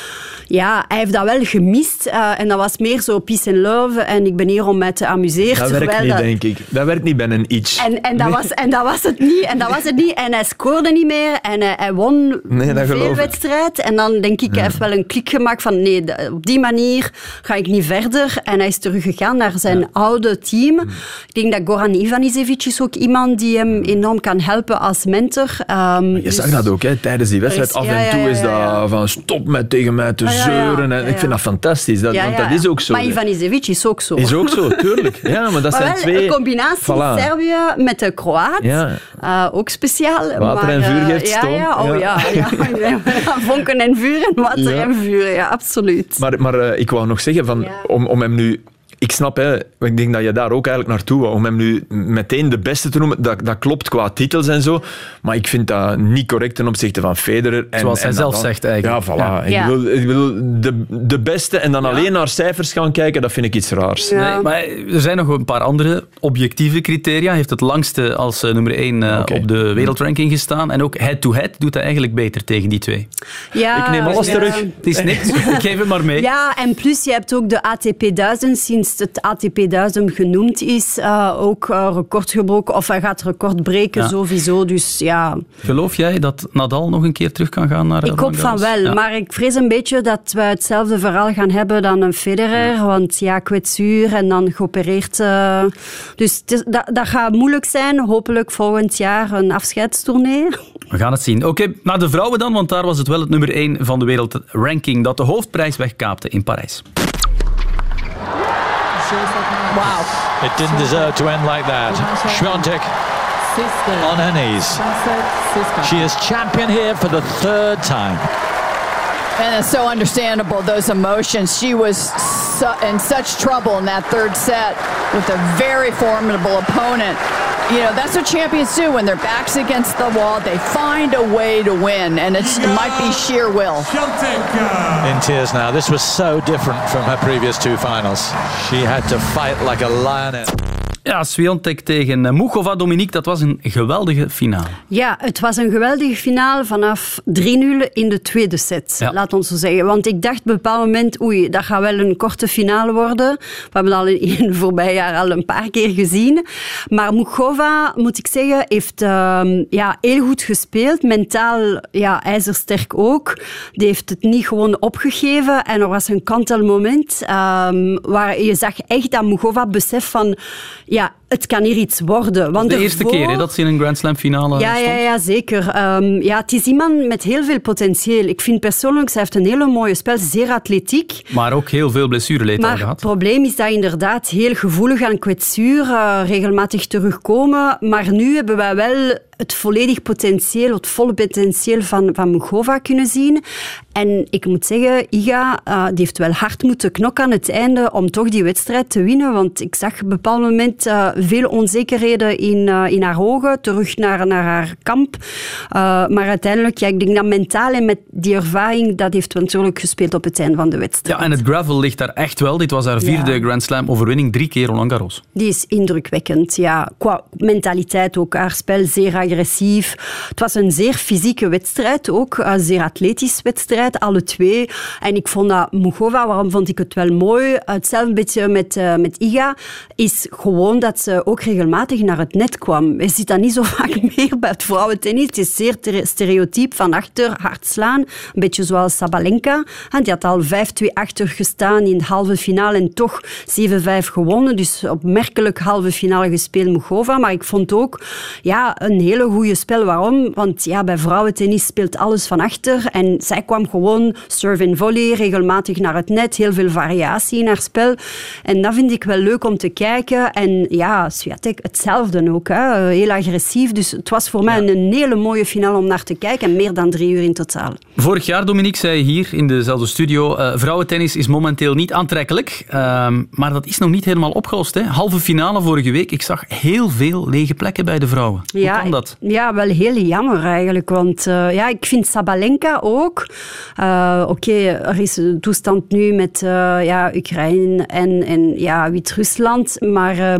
Ja, hij heeft dat wel gemist. Uh, en dat was meer zo peace and love. En ik ben hier om mij te amuseren. Dat werkt niet, dat... denk ik. Dat werkt niet bij een itch. En, en, dat nee. was, en dat was het niet. En dat was het niet. En hij scoorde niet meer. En hij, hij won nee, veel wedstrijd. En dan denk ik, hij heeft wel een klik gemaakt van nee, op die manier ga ik niet verder. En hij is teruggegaan naar zijn ja. oude team. Mm. Ik denk dat Goran Ivanisevic is ook iemand die hem enorm kan helpen als mentor. Um, je dus zag dat ook, hè, tijdens die wedstrijd. Af en toe ja, ja, ja, is dat ja. van stop met tegen mij te ah, ja, zeuren. Ja, ja, ja. Ik vind dat fantastisch. Dat, ja, ja. Want dat is ook zo. Maar Ivanisevic is ook zo. Is ook zo, tuurlijk. Ja, maar dat maar zijn wel twee... een combinatie voilà. Servië met de Kroaat. Ja. Uh, ook speciaal. Water maar, en vuur geeft uh, stoom. Ja, ja, oh, ja. ja, ja. Vonken en vuur en water ja. en vuur, ja, absoluut. Maar, maar uh, ik wou nog zeggen, van, ja. om, om hem nu... Ik snap, hè, ik denk dat je daar ook eigenlijk naartoe wou, om hem nu meteen de beste te noemen, dat, dat klopt qua titels en zo, maar ik vind dat niet correct ten opzichte van Federer. En, Zoals hij en zelf dan, zegt eigenlijk. Ja, voilà. Ja. Ik ja. wil, ik wil de, de beste en dan ja. alleen naar cijfers gaan kijken, dat vind ik iets raars. Ja. Nee, maar er zijn nog een paar andere objectieve criteria. Hij heeft het langste als uh, nummer één uh, okay. op de wereldranking gestaan. En ook head-to-head doet hij eigenlijk beter tegen die twee. Ja, ik neem alles ja. terug. Het is niks. Ik geef het maar mee. Ja, en plus je hebt ook de A T P duizend, sinds het A T P duizend genoemd is, uh, ook uh, record gebroken. Of hij gaat record breken, ja. sowieso. Dus, ja. Geloof jij dat Nadal nog een keer terug kan gaan naar Ik hoop van wel, ja. maar ik vrees een beetje dat we hetzelfde verhaal gaan hebben dan een Federer. Ja. Want ja, kwetsuur en dan geopereerd. Uh, dus is, dat, dat gaat moeilijk zijn. Hopelijk volgend jaar een afscheidstournee. We gaan het zien. Oké, okay, naar de vrouwen dan, want daar was het wel het nummer één van de wereldranking dat de hoofdprijs wegkaapte in Parijs. Wow. It didn't deserve to end like that. Świątek on her knees. She is champion here for the third time. And it's so understandable, those emotions. She was su- in such trouble in that third set with a very formidable opponent. You know, that's what champions do when their back's against the wall. They find a way to win, and it's, it might be sheer will. In tears now. This was so different from her previous two finals. She had to fight like a lioness. Ja, Świątek tegen Muchova, Dominique, dat was een geweldige finale. Ja, het was een geweldige finale vanaf drie nul in de tweede set, ja. laat ons zo zeggen. Want ik dacht op een bepaald moment, oei, dat gaat wel een korte finale worden. We hebben dat al in het voorbije jaar al een paar keer gezien. Maar Muchova, moet ik zeggen, heeft uh, ja, heel goed gespeeld. Mentaal ja, ijzersterk ook. Die heeft het niet gewoon opgegeven. En er was een kantelmoment um, waar je zag echt dat Muchova beseft van... Ja, het kan hier iets worden. Want de eerste ervoor... keer hè, dat ze in een Grand Slam finale ja, stond. Ja, ja, zeker. Um, ja, het is iemand met heel veel potentieel. Ik vind persoonlijk, zij heeft een hele mooie spel, zeer atletiek. Maar ook heel veel blessureleed al gehad. Maar het probleem is dat inderdaad heel gevoelig aan kwetsuur, uh, regelmatig terugkomen. Maar nu hebben wij wel het volledig potentieel, het volle potentieel van, van Muchova kunnen zien. En ik moet zeggen, Iga uh, die heeft wel hard moeten knokken aan het einde om toch die wedstrijd te winnen. Want ik zag op een bepaald moment uh, veel onzekerheden in, uh, in haar ogen, terug naar, naar haar kamp. Uh, maar uiteindelijk, ja, ik denk dat mentaal en met die ervaring, dat heeft natuurlijk gespeeld op het einde van de wedstrijd. Ja, en het gravel ligt daar echt wel. Dit was haar vierde ja. Grand Slam overwinning, drie keer Roland Garros. Die is indrukwekkend, ja. Qua mentaliteit ook, haar spel zeer agressief. Het was een zeer fysieke wedstrijd ook, een zeer atletisch wedstrijd, alle twee. En ik vond dat Muchova, waarom vond ik het wel mooi, hetzelfde beetje met, uh, met Iga, is gewoon dat ze ook regelmatig naar het net kwam. Je ziet dat niet zo vaak meer bij het vrouwentennis. Het is zeer stereotyp van achter, hard slaan. Een beetje zoals Sabalenka. Die had al vijf twee achter gestaan in de halve finale en toch zeven vijf gewonnen. Dus opmerkelijk halve finale gespeeld Muchova. Maar ik vond ook ja, een hele goede spel. Waarom? Want ja, bij vrouwentennis speelt alles van achter. En zij kwam gewoon serve en volley, regelmatig naar het net. Heel veel variatie in haar spel. En dat vind ik wel leuk om te kijken. En ja, Świątek hetzelfde ook. Hè. Heel agressief. Dus het was voor mij een hele mooie finale om naar te kijken. En meer dan drie uur in totaal. Vorig jaar, Dominique, zei hier in dezelfde studio, uh, vrouwentennis is momenteel niet aantrekkelijk. Uh, maar dat is nog niet helemaal opgelost. Hè. Halve finale vorige week. Ik zag heel veel lege plekken bij de vrouwen. Hoe ja, kan dat? Ja, wel heel jammer eigenlijk. Want uh, ja, ik vind Sabalenka ook. Uh, Oké, okay, er is een toestand nu met uh, ja, Oekraïne en, en ja, Wit-Rusland. Maar, uh, maar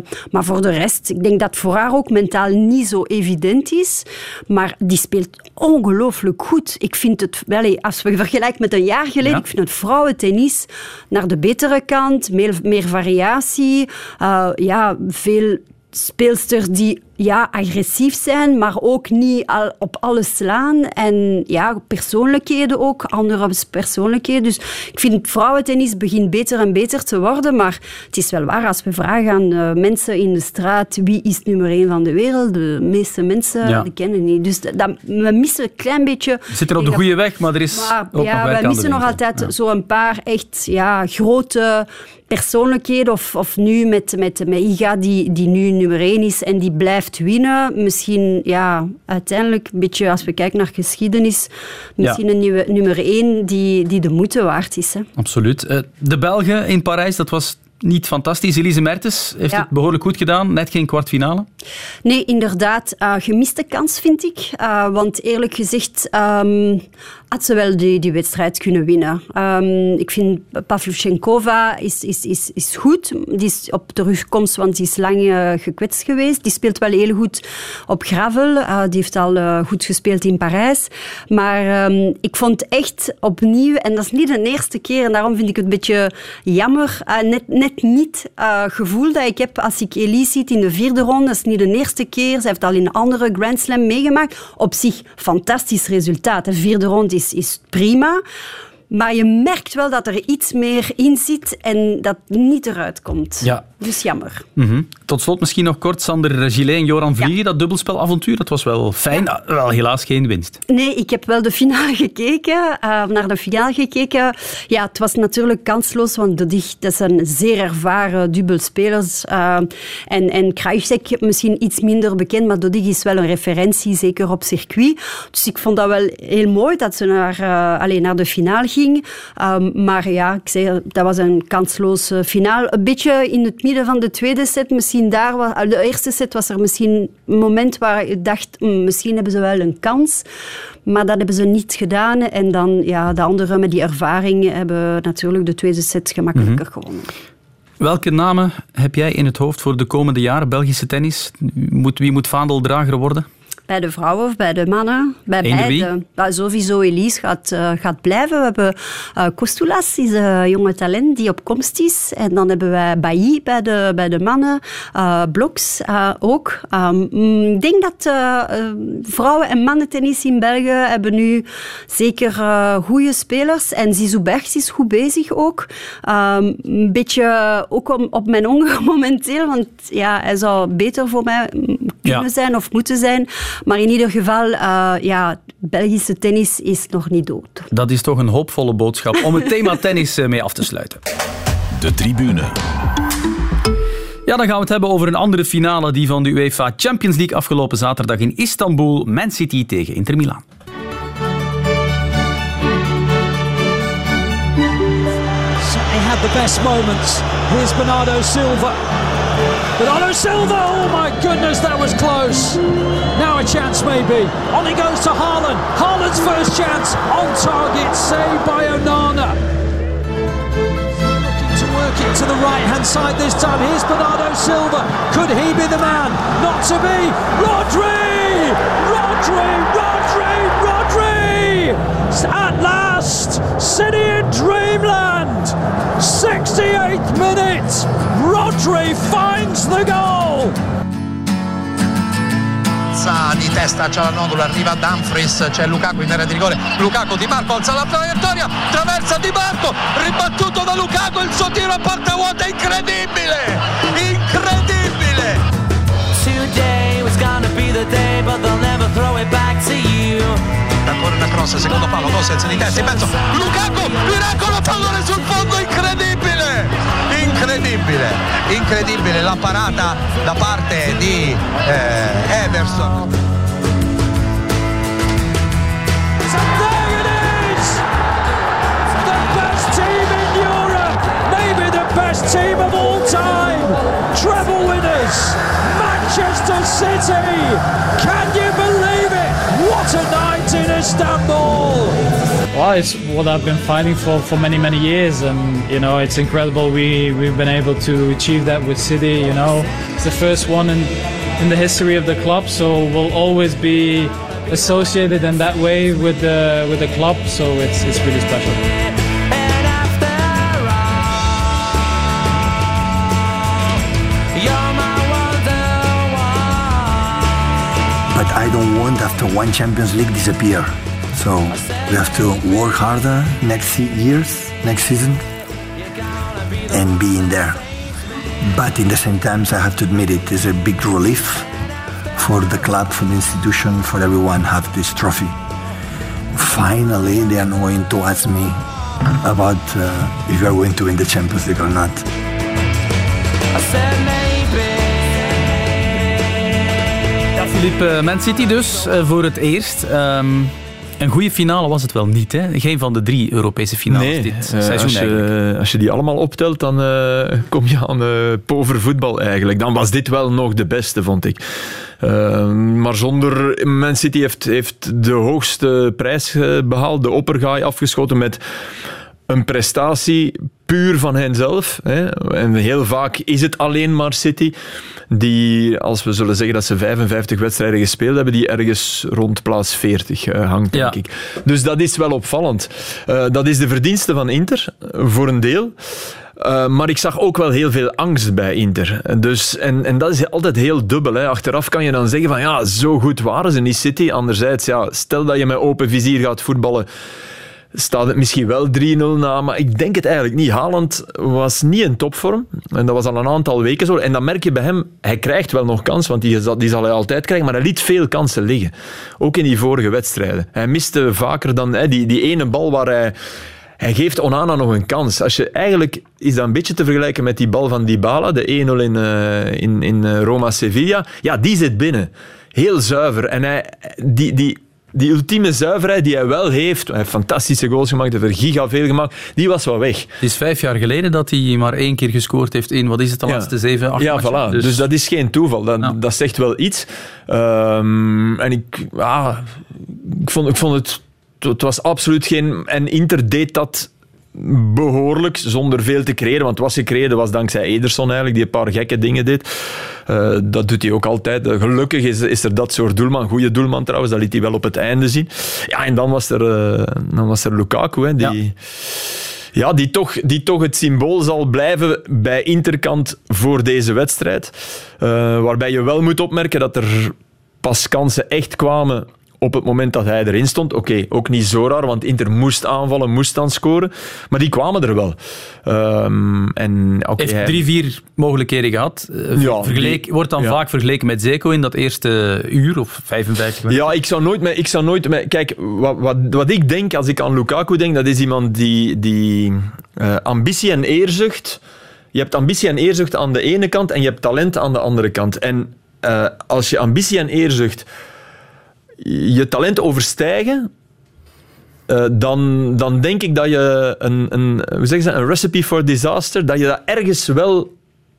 voor de rest, ik denk dat voor haar ook mentaal niet zo evident is. Maar die speelt ongelooflijk goed. Ik vind het, wel, als we vergelijken met een jaar geleden, ja. ik vind het vrouwentennis naar de betere kant, meer, meer variatie, uh, ja, veel speelsters die ja, agressief zijn, maar ook niet al op alles slaan. En ja, persoonlijkheden ook, andere persoonlijkheden. Dus ik vind vrouwentennis begint beter en beter te worden, maar het is wel waar, als we vragen aan uh, mensen in de straat wie is nummer één van de wereld, de meeste mensen ja. die kennen niet. Dus dat, we missen een klein beetje... We zitten op de goede weg, maar er is maar, ook ja, nog werk we missen nog altijd ja. zo'n paar echt ja, grote persoonlijkheden, of, of nu met, met, met Iga, die, die nu nummer één is en die blijft winnen. Misschien, ja, uiteindelijk, een beetje als we kijken naar geschiedenis, misschien ja. een nieuwe nummer één die, die de moeite waard is. Hè. Absoluut. De Belgen in Parijs, dat was niet fantastisch. Elise Mertens heeft ja. het behoorlijk goed gedaan. Net geen kwartfinale. Nee, inderdaad. Uh, gemiste kans, vind ik. Uh, want eerlijk gezegd um, had ze wel die, die wedstrijd kunnen winnen. Um, ik vind Pavlyuchenkova is, is, is, is goed. Die is op terugkomst, want die is lang uh, gekwetst geweest. Die speelt wel heel goed op gravel. Uh, die heeft al uh, goed gespeeld in Parijs. Maar um, ik vond echt opnieuw, en dat is niet de eerste keer, en daarom vind ik het een beetje jammer, uh, net, net niet uh, gevoel dat ik heb als ik Elise ziet in de vierde ronde. Dat is niet de eerste keer. Ze heeft al in een andere Grand Slam meegemaakt. Op zich, fantastisch resultaat. De vierde ronde is, is prima. Maar je merkt wel dat er iets meer in zit en dat niet eruit komt. Ja. Dus jammer. Mm-hmm. Tot slot misschien nog kort, Sander Gillet en Joran Vliegen. Ja. Dat dubbelspel-avontuur, dat was wel fijn. Ja. Wel helaas geen winst. Nee, ik heb wel de finale gekeken. Uh, naar de finale gekeken. Ja, het was natuurlijk kansloos, want de Dich, dat zijn zeer ervaren dubbelspelers. Uh, en, en Krajicek misschien iets minder bekend, maar Dodig is wel een referentie, zeker op circuit. Dus ik vond dat wel heel mooi dat ze naar, uh, allez, naar de finale ging. Um, maar ja, ik zei, dat was een kansloze finale. Een beetje in het midden van de tweede set, misschien daar was, de eerste set was er misschien een moment waar ik dacht, mm, misschien hebben ze wel een kans. Maar dat hebben ze niet gedaan. En dan, ja, de anderen met die ervaring hebben natuurlijk de tweede set gemakkelijker mm-hmm. gewonnen. Welke namen heb jij in het hoofd voor de komende jaren, Belgische tennis? Moet, wie moet vaandeldrager worden? Bij de vrouwen of bij de mannen? Bij Eende beide. Ja, sowieso Elise gaat, uh, gaat blijven. We hebben uh, Kostulas, is een jonge talent die op komst is. En dan hebben wij Bailly bij de, bij de mannen. Uh, Bloks uh, ook. Um, ik denk dat uh, vrouwen- en mannentennis in België hebben nu zeker uh, goede spelers. En Zizou Bergs is goed bezig ook. Um, een beetje ook om, op mijn honger momenteel. Want ja, hij zou beter voor mij kunnen ja. zijn of moeten zijn. Maar in ieder geval, uh, ja, Belgische tennis is nog niet dood. Dat is toch een hoopvolle boodschap om het thema tennis mee af te sluiten. De tribune. Ja, dan gaan we het hebben over een andere finale, die van de UEFA Champions League afgelopen zaterdag in Istanbul. Man City tegen Inter Milan. He had the best moments. Here's Bernardo Silva. Bernardo Silva, oh my goodness, that was close. Now a chance maybe. On he goes to Haaland. Haaland's first chance on target, saved by Onana. Looking to work it to the right-hand side this time. Here's Bernardo Silva. Could he be the man? Not to be. Rodri! Rodri! Rodri! Rodri! At last, City in Dreamland. sixty-eighth minute. Rodri finds the goal. Di testa Cialanoglu, arriva Dumfries, c'è Lukaku in area di rigore. Lukaku, Di Marco alza la traiettoria, traversa Di Marco, ribattuto da Lukaku, il suo tiro a porta vuota, incredibile! Incredibile! Today was gonna be the day, but they'll never throw it back to you. Ancora una cross, secondo palo, Gosens di testa in mezzo, Lukaku, miracolo, pallone sul fondo, incredibile! Incredibile, incredibile la parata da parte di eh, Everson. So there it is! The best team in Europe, maybe the best team of all time. Treble winners, Manchester City. Can you believe it? What a night in Istanbul! Well, it's what I've been fighting for for many, many years, and you know, it's incredible we we've been able to achieve that with City. You know, it's the first one in in the history of the club, so we'll always be associated in that way with the with the club. So it's it's really special. But I don't want after one Champions League disappear. So we have to work harder next years, next season, and be in there. But in the same time, I have to admit it is a big relief for the club, for the institution, for everyone have this trophy. Finally, they are not going to ask me about uh, if we are going to win the Champions League or not. Ja, Philippe, Man City dus uh, voor het eerst. Um, een goede finale was het wel niet, hè? Geen van de drie Europese finales nee, dit uh, seizoen als je, eigenlijk. Als je die allemaal optelt, dan uh, kom je aan uh, pover voetbal eigenlijk. Dan was dit wel nog de beste, vond ik. Uh, maar zonder... Man City heeft, heeft de hoogste prijs uh, behaald, de oppergaai afgeschoten met een prestatie puur van henzelf. Hè. En heel vaak is het alleen maar City die, als we zullen zeggen dat ze vijfenvijftig wedstrijden gespeeld hebben, die ergens rond plaats veertig uh, hangt, denk ja. ik. Dus dat is wel opvallend. Uh, dat is de verdienste van Inter, voor een deel. Uh, maar ik zag ook wel heel veel angst bij Inter. Dus, en, en dat is altijd heel dubbel. Hè. Achteraf kan je dan zeggen van ja, zo goed waren ze niet City. Anderzijds, ja, stel dat je met open vizier gaat voetballen, staat het misschien wel drie nul na, maar ik denk het eigenlijk niet. Haaland was niet in topvorm. En dat was al een aantal weken zo. En dan merk je bij hem, hij krijgt wel nog kans, want die, die zal hij altijd krijgen, maar hij liet veel kansen liggen. Ook in die vorige wedstrijden. Hij miste vaker dan hè, die, die ene bal waar hij... Hij geeft Onana nog een kans. Als je, eigenlijk is dat een beetje te vergelijken met die bal van Dybala, de één nul in, uh, in, in Roma-Sevilla. Ja, die zit binnen. Heel zuiver. En hij... Die, die, Die ultieme zuiverheid die hij wel heeft, hij heeft fantastische goals gemaakt, hij heeft er giga veel gemaakt, die was wel weg. Het is vijf jaar geleden dat hij maar één keer gescoord heeft in, wat is het, de laatste ja. zeven, acht Ja, matchen. voilà. Dus... Dus... dus dat is geen toeval. Dat, ja. dat zegt wel iets. Um, en ik, ah, ik, vond, ik vond het... Het was absoluut geen... En Inter deed dat behoorlijk, zonder veel te creëren. Want wat ze creëerden was dankzij Ederson eigenlijk, die een paar gekke dingen deed. Uh, dat doet hij ook altijd. Uh, gelukkig is, is er dat soort doelman. Goeie doelman trouwens, dat liet hij wel op het einde zien. Ja, en dan was er, uh, dan was er Lukaku, hè, die... Ja. Ja, die toch, die toch het symbool zal blijven bij Interkant voor deze wedstrijd. Uh, waarbij je wel moet opmerken dat er pas kansen echt kwamen op het moment dat hij erin stond. Oké, okay, ook niet zo raar, want Inter moest aanvallen, moest dan scoren. Maar die kwamen er wel. Um, en, okay, heeft drie, vier mogelijkheden gehad. Uh, ja, vergeleek, die, wordt dan ja. vaak vergeleken met Zeko in dat eerste uur of vijfenvijftig minuten. Ja, ik zou nooit met... Ik zou nooit met kijk, wat, wat, wat ik denk als ik aan Lukaku denk, dat is iemand die, die uh, ambitie en eerzucht... Je hebt ambitie en eerzucht aan de ene kant en je hebt talent aan de andere kant. En uh, als je ambitie en eerzucht je talent overstijgen, uh, dan, dan denk ik dat je een, een, hoe zeggen ze, een recipe for disaster, dat je dat ergens wel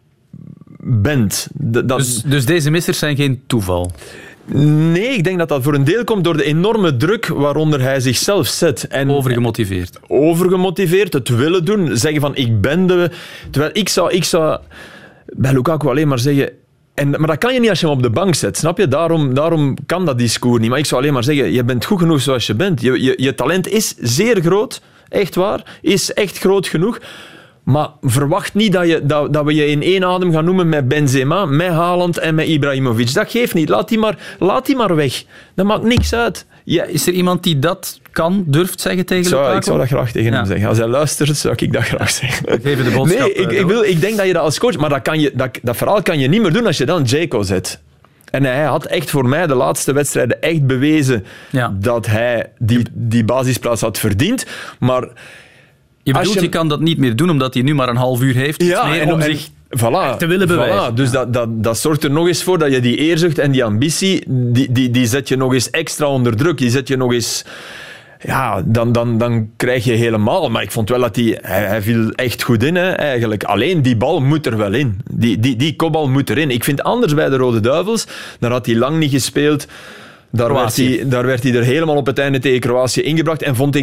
bent. Dat, dus, dus deze missers zijn geen toeval? Nee, ik denk dat dat voor een deel komt door de enorme druk waaronder hij zichzelf zet. En overgemotiveerd. Overgemotiveerd, het willen doen, zeggen van ik ben de... Terwijl ik zou, ik zou bij Lukaku alleen maar zeggen... En, maar dat kan je niet als je hem op de bank zet, snap je? Daarom, daarom kan dat discours niet. Maar ik zou alleen maar zeggen, je bent goed genoeg zoals je bent. Je, je, je talent is zeer groot, echt waar. Is echt groot genoeg. Maar verwacht niet dat, je, dat, dat we je in één adem gaan noemen met Benzema, met Haaland en met Ibrahimovic. Dat geeft niet. Laat die maar, laat die maar weg. Dat maakt niks uit. Ja, is er iemand die dat kan, durft zeggen tegen ik zou, Lukaku? Ik zou dat graag tegen ja. hem zeggen. Als hij luistert, zou ik dat graag zeggen. Geef de boodschap. Nee, ik, ik, wil, ik denk dat je dat als coach... Maar dat, kan je, dat, dat verhaal kan je niet meer doen als je dan Dzeko zet. En hij had echt voor mij de laatste wedstrijden echt bewezen ja. dat hij die, die basisplaats had verdiend. Maar... Je bedoelt, je... je kan dat niet meer doen omdat hij nu maar een half uur heeft ja, meer en, om en, zich voilà, te willen bewijzen. Voilà. Dus ja. dat, dat, dat zorgt er nog eens voor dat je die eerzucht en die ambitie, die, die, die zet je nog eens extra onder druk. Die zet je nog eens... Ja, dan, dan, dan krijg je helemaal... Maar ik vond wel dat hij... Hij, hij viel echt goed in, hè, eigenlijk. Alleen die bal moet er wel in. Die, die, die kopbal moet erin. Ik vind anders bij de Rode Duivels, daar had hij lang niet gespeeld... Daar werd, hij, daar werd hij er helemaal op het einde tegen Kroatië ingebracht. En vond ik dat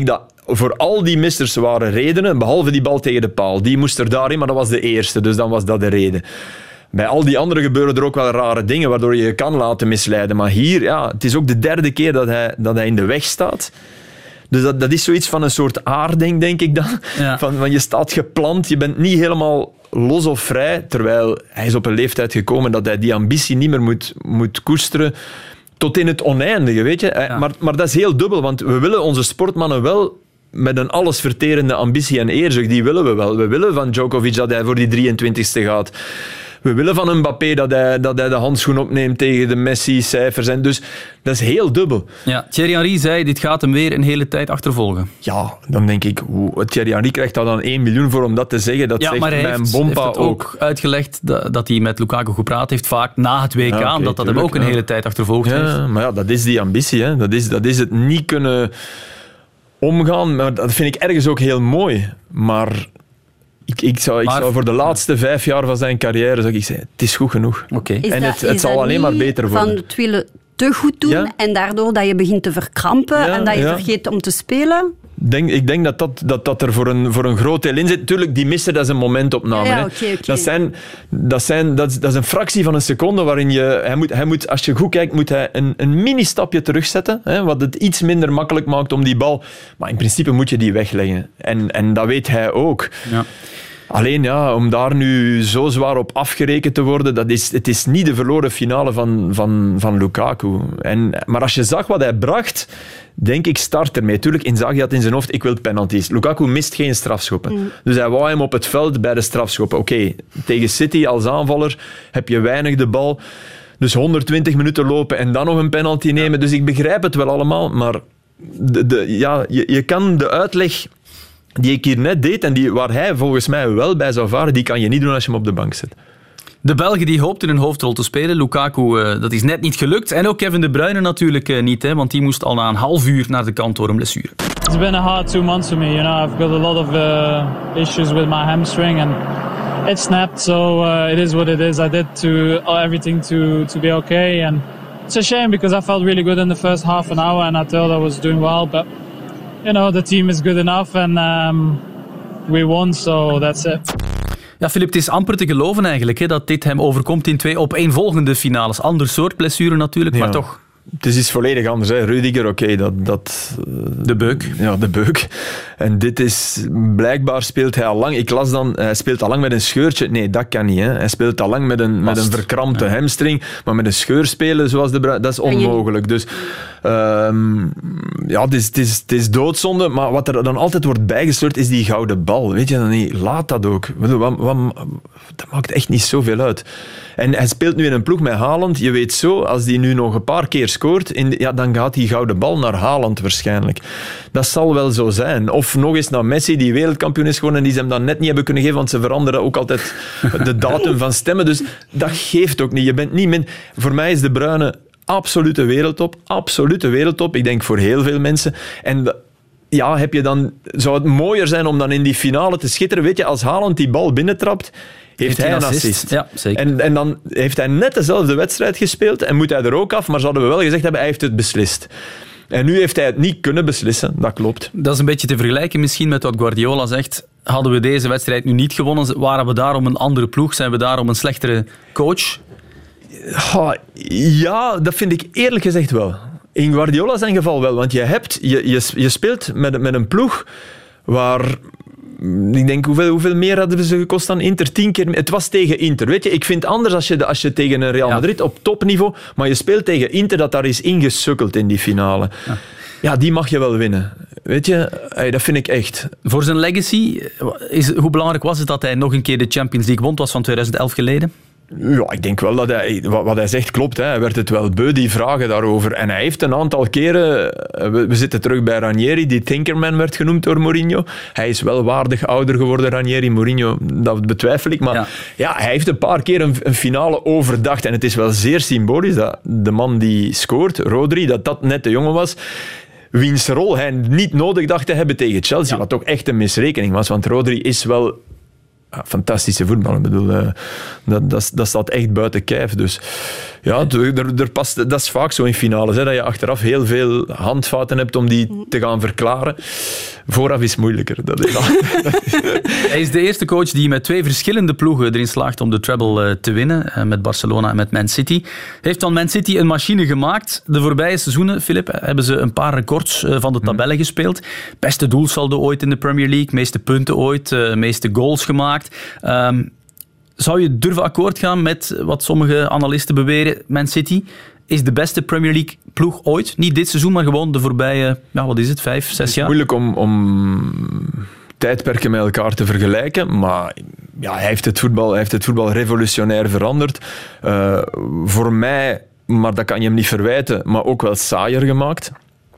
voor al die missers waren redenen, behalve die bal tegen de paal. Die moest er daarin, maar dat was de eerste, dus dan was dat de reden. Bij al die anderen gebeuren er ook wel rare dingen, waardoor je je kan laten misleiden. Maar hier, ja, het is ook de derde keer dat hij, dat hij in de weg staat. Dus dat, dat is zoiets van een soort aarding, denk ik dan. Ja. Van, van je staat geplant, je bent niet helemaal los of vrij, terwijl hij is op een leeftijd gekomen dat hij die ambitie niet meer moet, moet koesteren tot in het oneindige, weet je. Ja. Maar, maar dat is heel dubbel, want we willen onze sportmannen wel met een allesverterende ambitie en eerzucht, die willen we wel. We willen van Djokovic dat hij voor die drieëntwintigste gaat. We willen van Mbappé dat hij, dat hij de handschoen opneemt tegen de Messi-cijfers. En dus dat is heel dubbel. Ja, Thierry Henry zei, dit gaat hem weer een hele tijd achtervolgen. Ja, dan denk ik, hoe, Thierry Henry krijgt daar dan één miljoen voor om dat te zeggen. Dat ja, zegt maar hij mijn heeft, Bompa heeft het ook, ook uitgelegd dat, dat hij met Lukaku gepraat heeft, vaak na het W K, ja, okay, dat dat tuurlijk, hem ook een ja. hele tijd achtervolgd ja, heeft. Maar ja, dat is die ambitie. Hè. Dat, is, dat is het niet kunnen omgaan. Maar dat vind ik ergens ook heel mooi. Maar... Ik, ik, zou, ik maar, zou voor de laatste vijf jaar van zijn carrière zou ik zeggen, het is goed genoeg. Okay. En het, het zal alleen maar beter worden. Van het willen te goed doen ja? en daardoor dat je begint te verkrampen ja, en dat je ja. vergeet om te spelen? Denk, ik denk dat dat, dat, dat er voor een, voor een groot deel in zit. Tuurlijk, die missen, dat is een momentopname. Ja, ja, hè. okay, okay. Dat, zijn, dat, zijn, dat, is, dat is een fractie van een seconde waarin je... Hij moet, hij moet, als je goed kijkt, moet hij een, een mini-stapje terugzetten, hè, wat het iets minder makkelijk maakt om die bal... Maar in principe moet je die wegleggen. En, en dat weet hij ook. Ja. Alleen ja, om daar nu zo zwaar op afgerekend te worden, dat is, het is niet de verloren finale van, van, van Lukaku. En, maar als je zag wat hij bracht, denk ik, start ermee. Tuurlijk, Inzaghi had in zijn hoofd, ik wil penalties. Lukaku mist geen strafschoppen. Mm. Dus hij wou hem op het veld bij de strafschoppen. Oké, okay, tegen City als aanvaller heb je weinig de bal. Dus honderdtwintig minuten lopen en dan nog een penalty nemen. Dus ik begrijp het wel allemaal, maar de, de, ja, je, je kan de uitleg... die ik hier net deed en die, waar hij volgens mij wel bij zou varen, die kan je niet doen als je hem op de bank zet. De Belgen die hoopten een hoofdrol te spelen. Lukaku, uh, dat is net niet gelukt. En ook Kevin De Bruyne natuurlijk uh, niet, hè, want die moest al na een half uur naar de kant door een blessure. It's been a hard two months for me. You know, I've got a lot of uh, issues with my hamstring and it snapped, so uh, it is what it is. I did to uh, everything to, to be okay, and it's a shame because I felt really good in the first half an hour and I thought I was doing well, but you know, the team is good enough and um, we won, so that's it. Ja, Filip, het is amper te geloven eigenlijk hè, dat dit hem overkomt in twee opeenvolgende finales. Ander soort blessure natuurlijk, ja. maar toch... Het is iets volledig anders. Hè. Rudiger, oké, okay, dat... dat de beuk. Ja, de beuk. En dit is... Blijkbaar speelt hij al lang... Ik las dan, hij speelt al lang met een scheurtje. Nee, dat kan niet. Hè. Hij speelt al lang met een, met een verkrampte ja. hamstring. Maar met een scheur spelen, zoals de Bruyne, dat is onmogelijk. Dus... Um, ja, het is, het, is, het is doodzonde. Maar wat er dan altijd wordt bijgesleurd, is die gouden bal. Weet je dan niet? Laat dat ook. Wat, wat, dat maakt echt niet zoveel uit. En hij speelt nu in een ploeg met Haaland. Je weet zo, als die nu nog een paar keer scoort, in de, ja, dan gaat die gouden bal naar Haaland waarschijnlijk. Dat zal wel zo zijn. Of nog eens naar Messi, die wereldkampioen is geworden en die ze hem dan net niet hebben kunnen geven, want ze veranderen ook altijd de datum van stemmen. Dus dat geeft ook niet. Je bent niet min... Voor mij is De Bruyne absolute wereldtop. Absolute wereldtop. Ik denk voor heel veel mensen. En... De, ja, heb je dan, zou het mooier zijn om dan in die finale te schitteren. Weet je, als Haaland die bal binnentrapt, heeft, heeft hij een assist. assist. Ja, zeker. En, en dan heeft hij net dezelfde wedstrijd gespeeld en moet hij er ook af, maar zouden we wel gezegd hebben, hij heeft het beslist. En nu heeft hij het niet kunnen beslissen, dat klopt. Dat is een beetje te vergelijken misschien met wat Guardiola zegt. Hadden we deze wedstrijd nu niet gewonnen, waren we daarom een andere ploeg? Zijn we daarom een slechtere coach? Ja, dat vind ik eerlijk gezegd wel. In Guardiola zijn geval wel, want je, hebt, je, je, je speelt met, met een ploeg waar... Ik denk, hoeveel, hoeveel meer hadden ze gekost dan Inter? Tien keer meer. Het was tegen Inter. Weet je, ik vind anders als je, als je tegen een Real Madrid ja. op topniveau, maar je speelt tegen Inter dat daar is ingesukkeld in die finale. Ja, ja die mag je wel winnen. Weet je, hey, dat vind ik echt. Voor zijn legacy, is, hoe belangrijk was het dat hij nog een keer de Champions League won? Het was van tweeduizend elf geleden. Ja, ik denk wel dat hij... Wat hij zegt klopt. Hè. Hij werd het wel beu, die vragen daarover. En hij heeft een aantal keren... We, we zitten terug bij Ranieri, die Tinkerman werd genoemd door Mourinho. Hij is wel waardig ouder geworden, Ranieri. Mourinho, dat betwijfel ik. Maar ja, ja hij heeft een paar keer een, een finale overdacht. En het is wel zeer symbolisch dat de man die scoort, Rodri, dat dat net de jongen was... wiens rol hij niet nodig dacht te hebben tegen Chelsea. Ja. Wat toch echt een misrekening was. Want Rodri is wel... fantastische voetbal. Ik bedoel, uh, dat, dat, dat staat echt buiten kijf. Dus Ja, er, er past, dat is vaak zo in finales, hè, dat je achteraf heel veel handvaten hebt om die te gaan verklaren. Vooraf is moeilijker. Dat is Hij is de eerste coach die met twee verschillende ploegen erin slaagt om de treble te winnen, met Barcelona en met Man City. Heeft van Man City een machine gemaakt. De voorbije seizoenen, Filip, hebben ze een paar records van de tabellen gespeeld. Beste doelsaldo ooit in de Premier League, meeste punten ooit, meeste goals gemaakt. Um, Zou je durven akkoord gaan met wat sommige analisten beweren? Man City is de beste Premier League ploeg ooit. Niet dit seizoen, maar gewoon de voorbije, ja, wat is het, vijf, zes jaar? Het is moeilijk om, om tijdperken met elkaar te vergelijken, maar ja, hij, heeft het voetbal, hij heeft het voetbal revolutionair veranderd. Uh, voor mij, maar dat kan je hem niet verwijten, maar ook wel saaier gemaakt.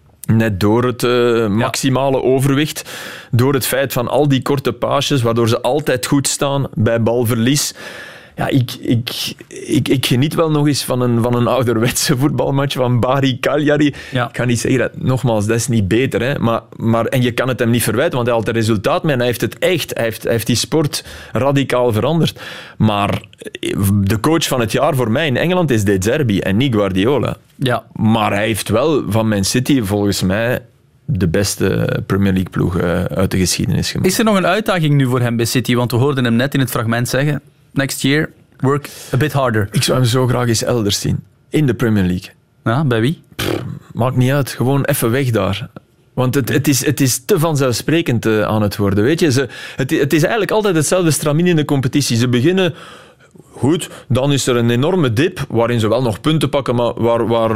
Net door het uh, maximale ja. overwicht, door het feit van al die korte paasjes, waardoor ze altijd goed staan bij balverlies. Ja, ik, ik, ik, ik geniet wel nog eens van een, van een ouderwetse voetbalmatch van Bari Cagliari. Ja. Ik ga niet zeggen, dat, nogmaals, dat is niet beter. Hè, maar, maar, en je kan het hem niet verwijten, want hij had het resultaat mee en hij heeft het echt. Hij heeft, hij heeft die sport radicaal veranderd. Maar de coach van het jaar voor mij in Engeland is De Zerbi en niet Guardiola. Ja. Maar hij heeft wel van Man City volgens mij de beste Premier League ploeg uit de geschiedenis gemaakt. Is er nog een uitdaging nu voor hem bij City? Want we hoorden hem net in het fragment zeggen: next year, work a bit harder. Ik zou hem zo graag eens elders zien. In de Premier League. Ja, bij wie? Pff, maakt niet uit. Gewoon even weg daar. Want het, het, is, het is te vanzelfsprekend uh, aan het worden. Weet je? Ze, het, het is eigenlijk altijd hetzelfde stramien in de competitie. Ze beginnen goed, dan is er een enorme dip waarin ze wel nog punten pakken, maar waar, waar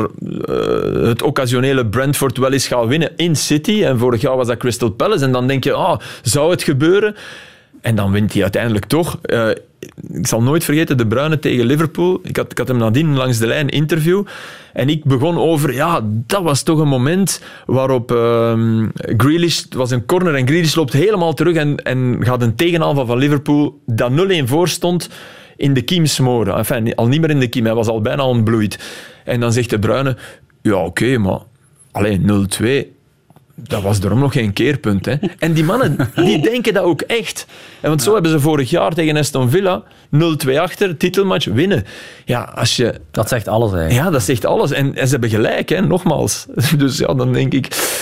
uh, het occasionele Brentford wel eens gaat winnen in City. En vorig jaar was dat Crystal Palace. En dan denk je, ah, zou het gebeuren? En dan wint hij uiteindelijk toch. Uh, ik zal nooit vergeten, De Bruyne tegen Liverpool. Ik had, ik had hem nadien langs de lijn interview. En ik begon over, ja, dat was toch een moment waarop uh, Grealish, het was een corner en Grealish loopt helemaal terug en, en gaat een tegenaanval van Liverpool, dat nul-een voor stond, in de kiem smoren. Enfin, al niet meer in de kiem, hij was al bijna ontbloeid. En dan zegt De Bruyne, ja oké, okay, maar alleen nul-twee... Dat was daarom nog geen keerpunt. Hè. En die mannen, die denken dat ook echt. En want zo ja. hebben ze vorig jaar tegen Aston Villa nul-twee achter, titelmatch, winnen. Ja, als je... Dat zegt alles eigenlijk. Ja, dat zegt alles. En, en ze hebben gelijk, hè, nogmaals. Dus ja, dan denk ik...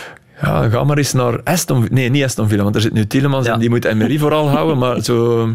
Ja, ga maar eens naar Aston Villa. Nee, niet Aston Villa, want er zit nu Tielemans ja. en die moet Emery vooral houden. Maar zo...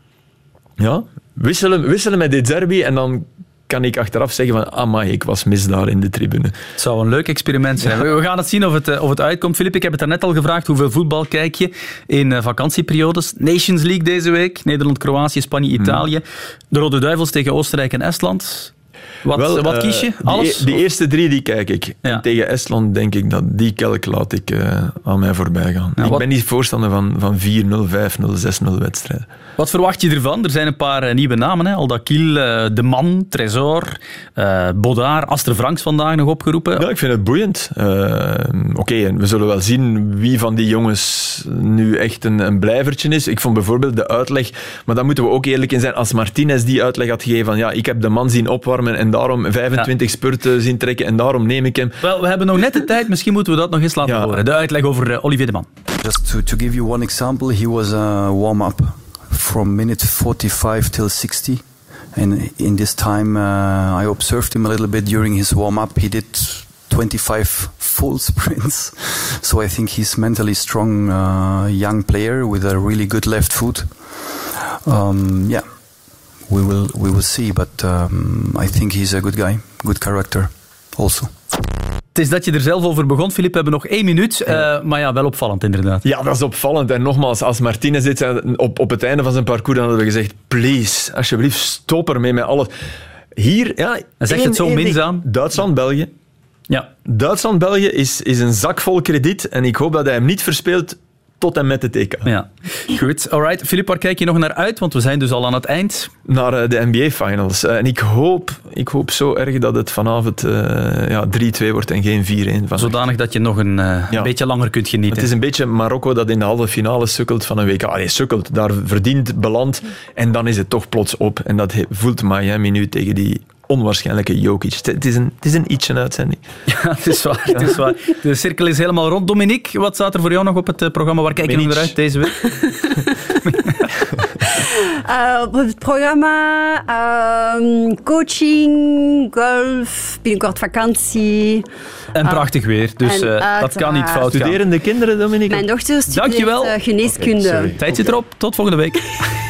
Ja, wisselen, wisselen met De Zerbi en dan... kan ik achteraf zeggen van, amai, ik was mis daar in de tribune. Het zou een leuk experiment zijn. Ja. We gaan het zien of het, of het uitkomt. Filip, ik heb het daarnet al gevraagd, hoeveel voetbal kijk je in uh, vakantieperiodes? Nations League deze week, Nederland, Kroatië, Spanje, Italië. Hmm. De Rode Duivels tegen Oostenrijk en Estland. Wat, Wel, wat kies je? Alles? Die, die eerste drie die kijk ik. Ja. En tegen Estland denk ik dat die kelk laat ik uh, aan mij voorbij gaan. Ja, ik wat... ben niet voorstander van, van vier nul, vijf nul, zes nul wedstrijden. Wat verwacht je ervan? Er zijn een paar uh, nieuwe namen. Hè? Aldakil, uh, De Man, Tresor, uh, Bodaar, Aster Franks vandaag nog opgeroepen. Ja, ik vind het boeiend. Uh, Oké, okay, we zullen wel zien wie van die jongens nu echt een, een blijvertje is. Ik vond bijvoorbeeld de uitleg, maar daar moeten we ook eerlijk in zijn, als Martinez die uitleg had gegeven van ja, ik heb De Man zien opwarmen en daarom vijfentwintig ja. spurten zien trekken en daarom neem ik hem. Wel, we hebben nog net de tijd, misschien moeten we dat nog eens laten ja. horen. De uitleg over uh, Olivier De Man. Just to, to give you one example, he was a warm-up from minute forty-five till sixty. And in this time uh, I observed him a little bit during his warm-up. He did twenty-five full sprints. So I think he's mentally strong, uh, young player with a really good left foot. Um, yeah. We will, we will see, but um, I think he's a good guy, good character also. Het is dat je er zelf over begon, Filip. We hebben nog één minuut, ja. Uh, maar ja, wel opvallend inderdaad. Ja, dat is opvallend. En nogmaals, als Martinez dit op, op het einde van zijn parcours, dan hadden we gezegd, please, alsjeblieft, stop ermee met alles. Hier, ja... Hij zegt het zo minzaam. Duitsland-België. Ja. Duitsland-België is, is een zak vol krediet en ik hoop dat hij hem niet verspeelt tot en met het E K. Ja, goed. Alright. Filip, waar kijk je nog naar uit? Want we zijn dus al aan het eind. Naar de N B A-finals. En ik hoop, ik hoop zo erg dat het vanavond uh, ja, drie twee wordt en geen vier een. Zodanig dat je nog een, uh, ja. een beetje langer kunt genieten. Het is een beetje Marokko dat in de halve finale sukkelt van een W K. Allee, sukkelt, daar verdient beland. En dan is het toch plots op. En dat voelt Miami nu tegen die onwaarschijnlijke Jokic. Het is een, het is een ietsje uitzending. Ja, het is waar, het is waar. De cirkel is helemaal rond. Dominique, wat staat er voor jou nog op het programma? Waar kijk je nog naar uit deze week? Uh, op het programma uh, coaching, golf, binnenkort vakantie. En prachtig weer, dus uh, dat kan niet fout gaan. Studerende kinderen, Dominique? Mijn dochter studeert Dankjewel. Uh, geneeskunde. Okay, tijd zit erop, tot volgende week.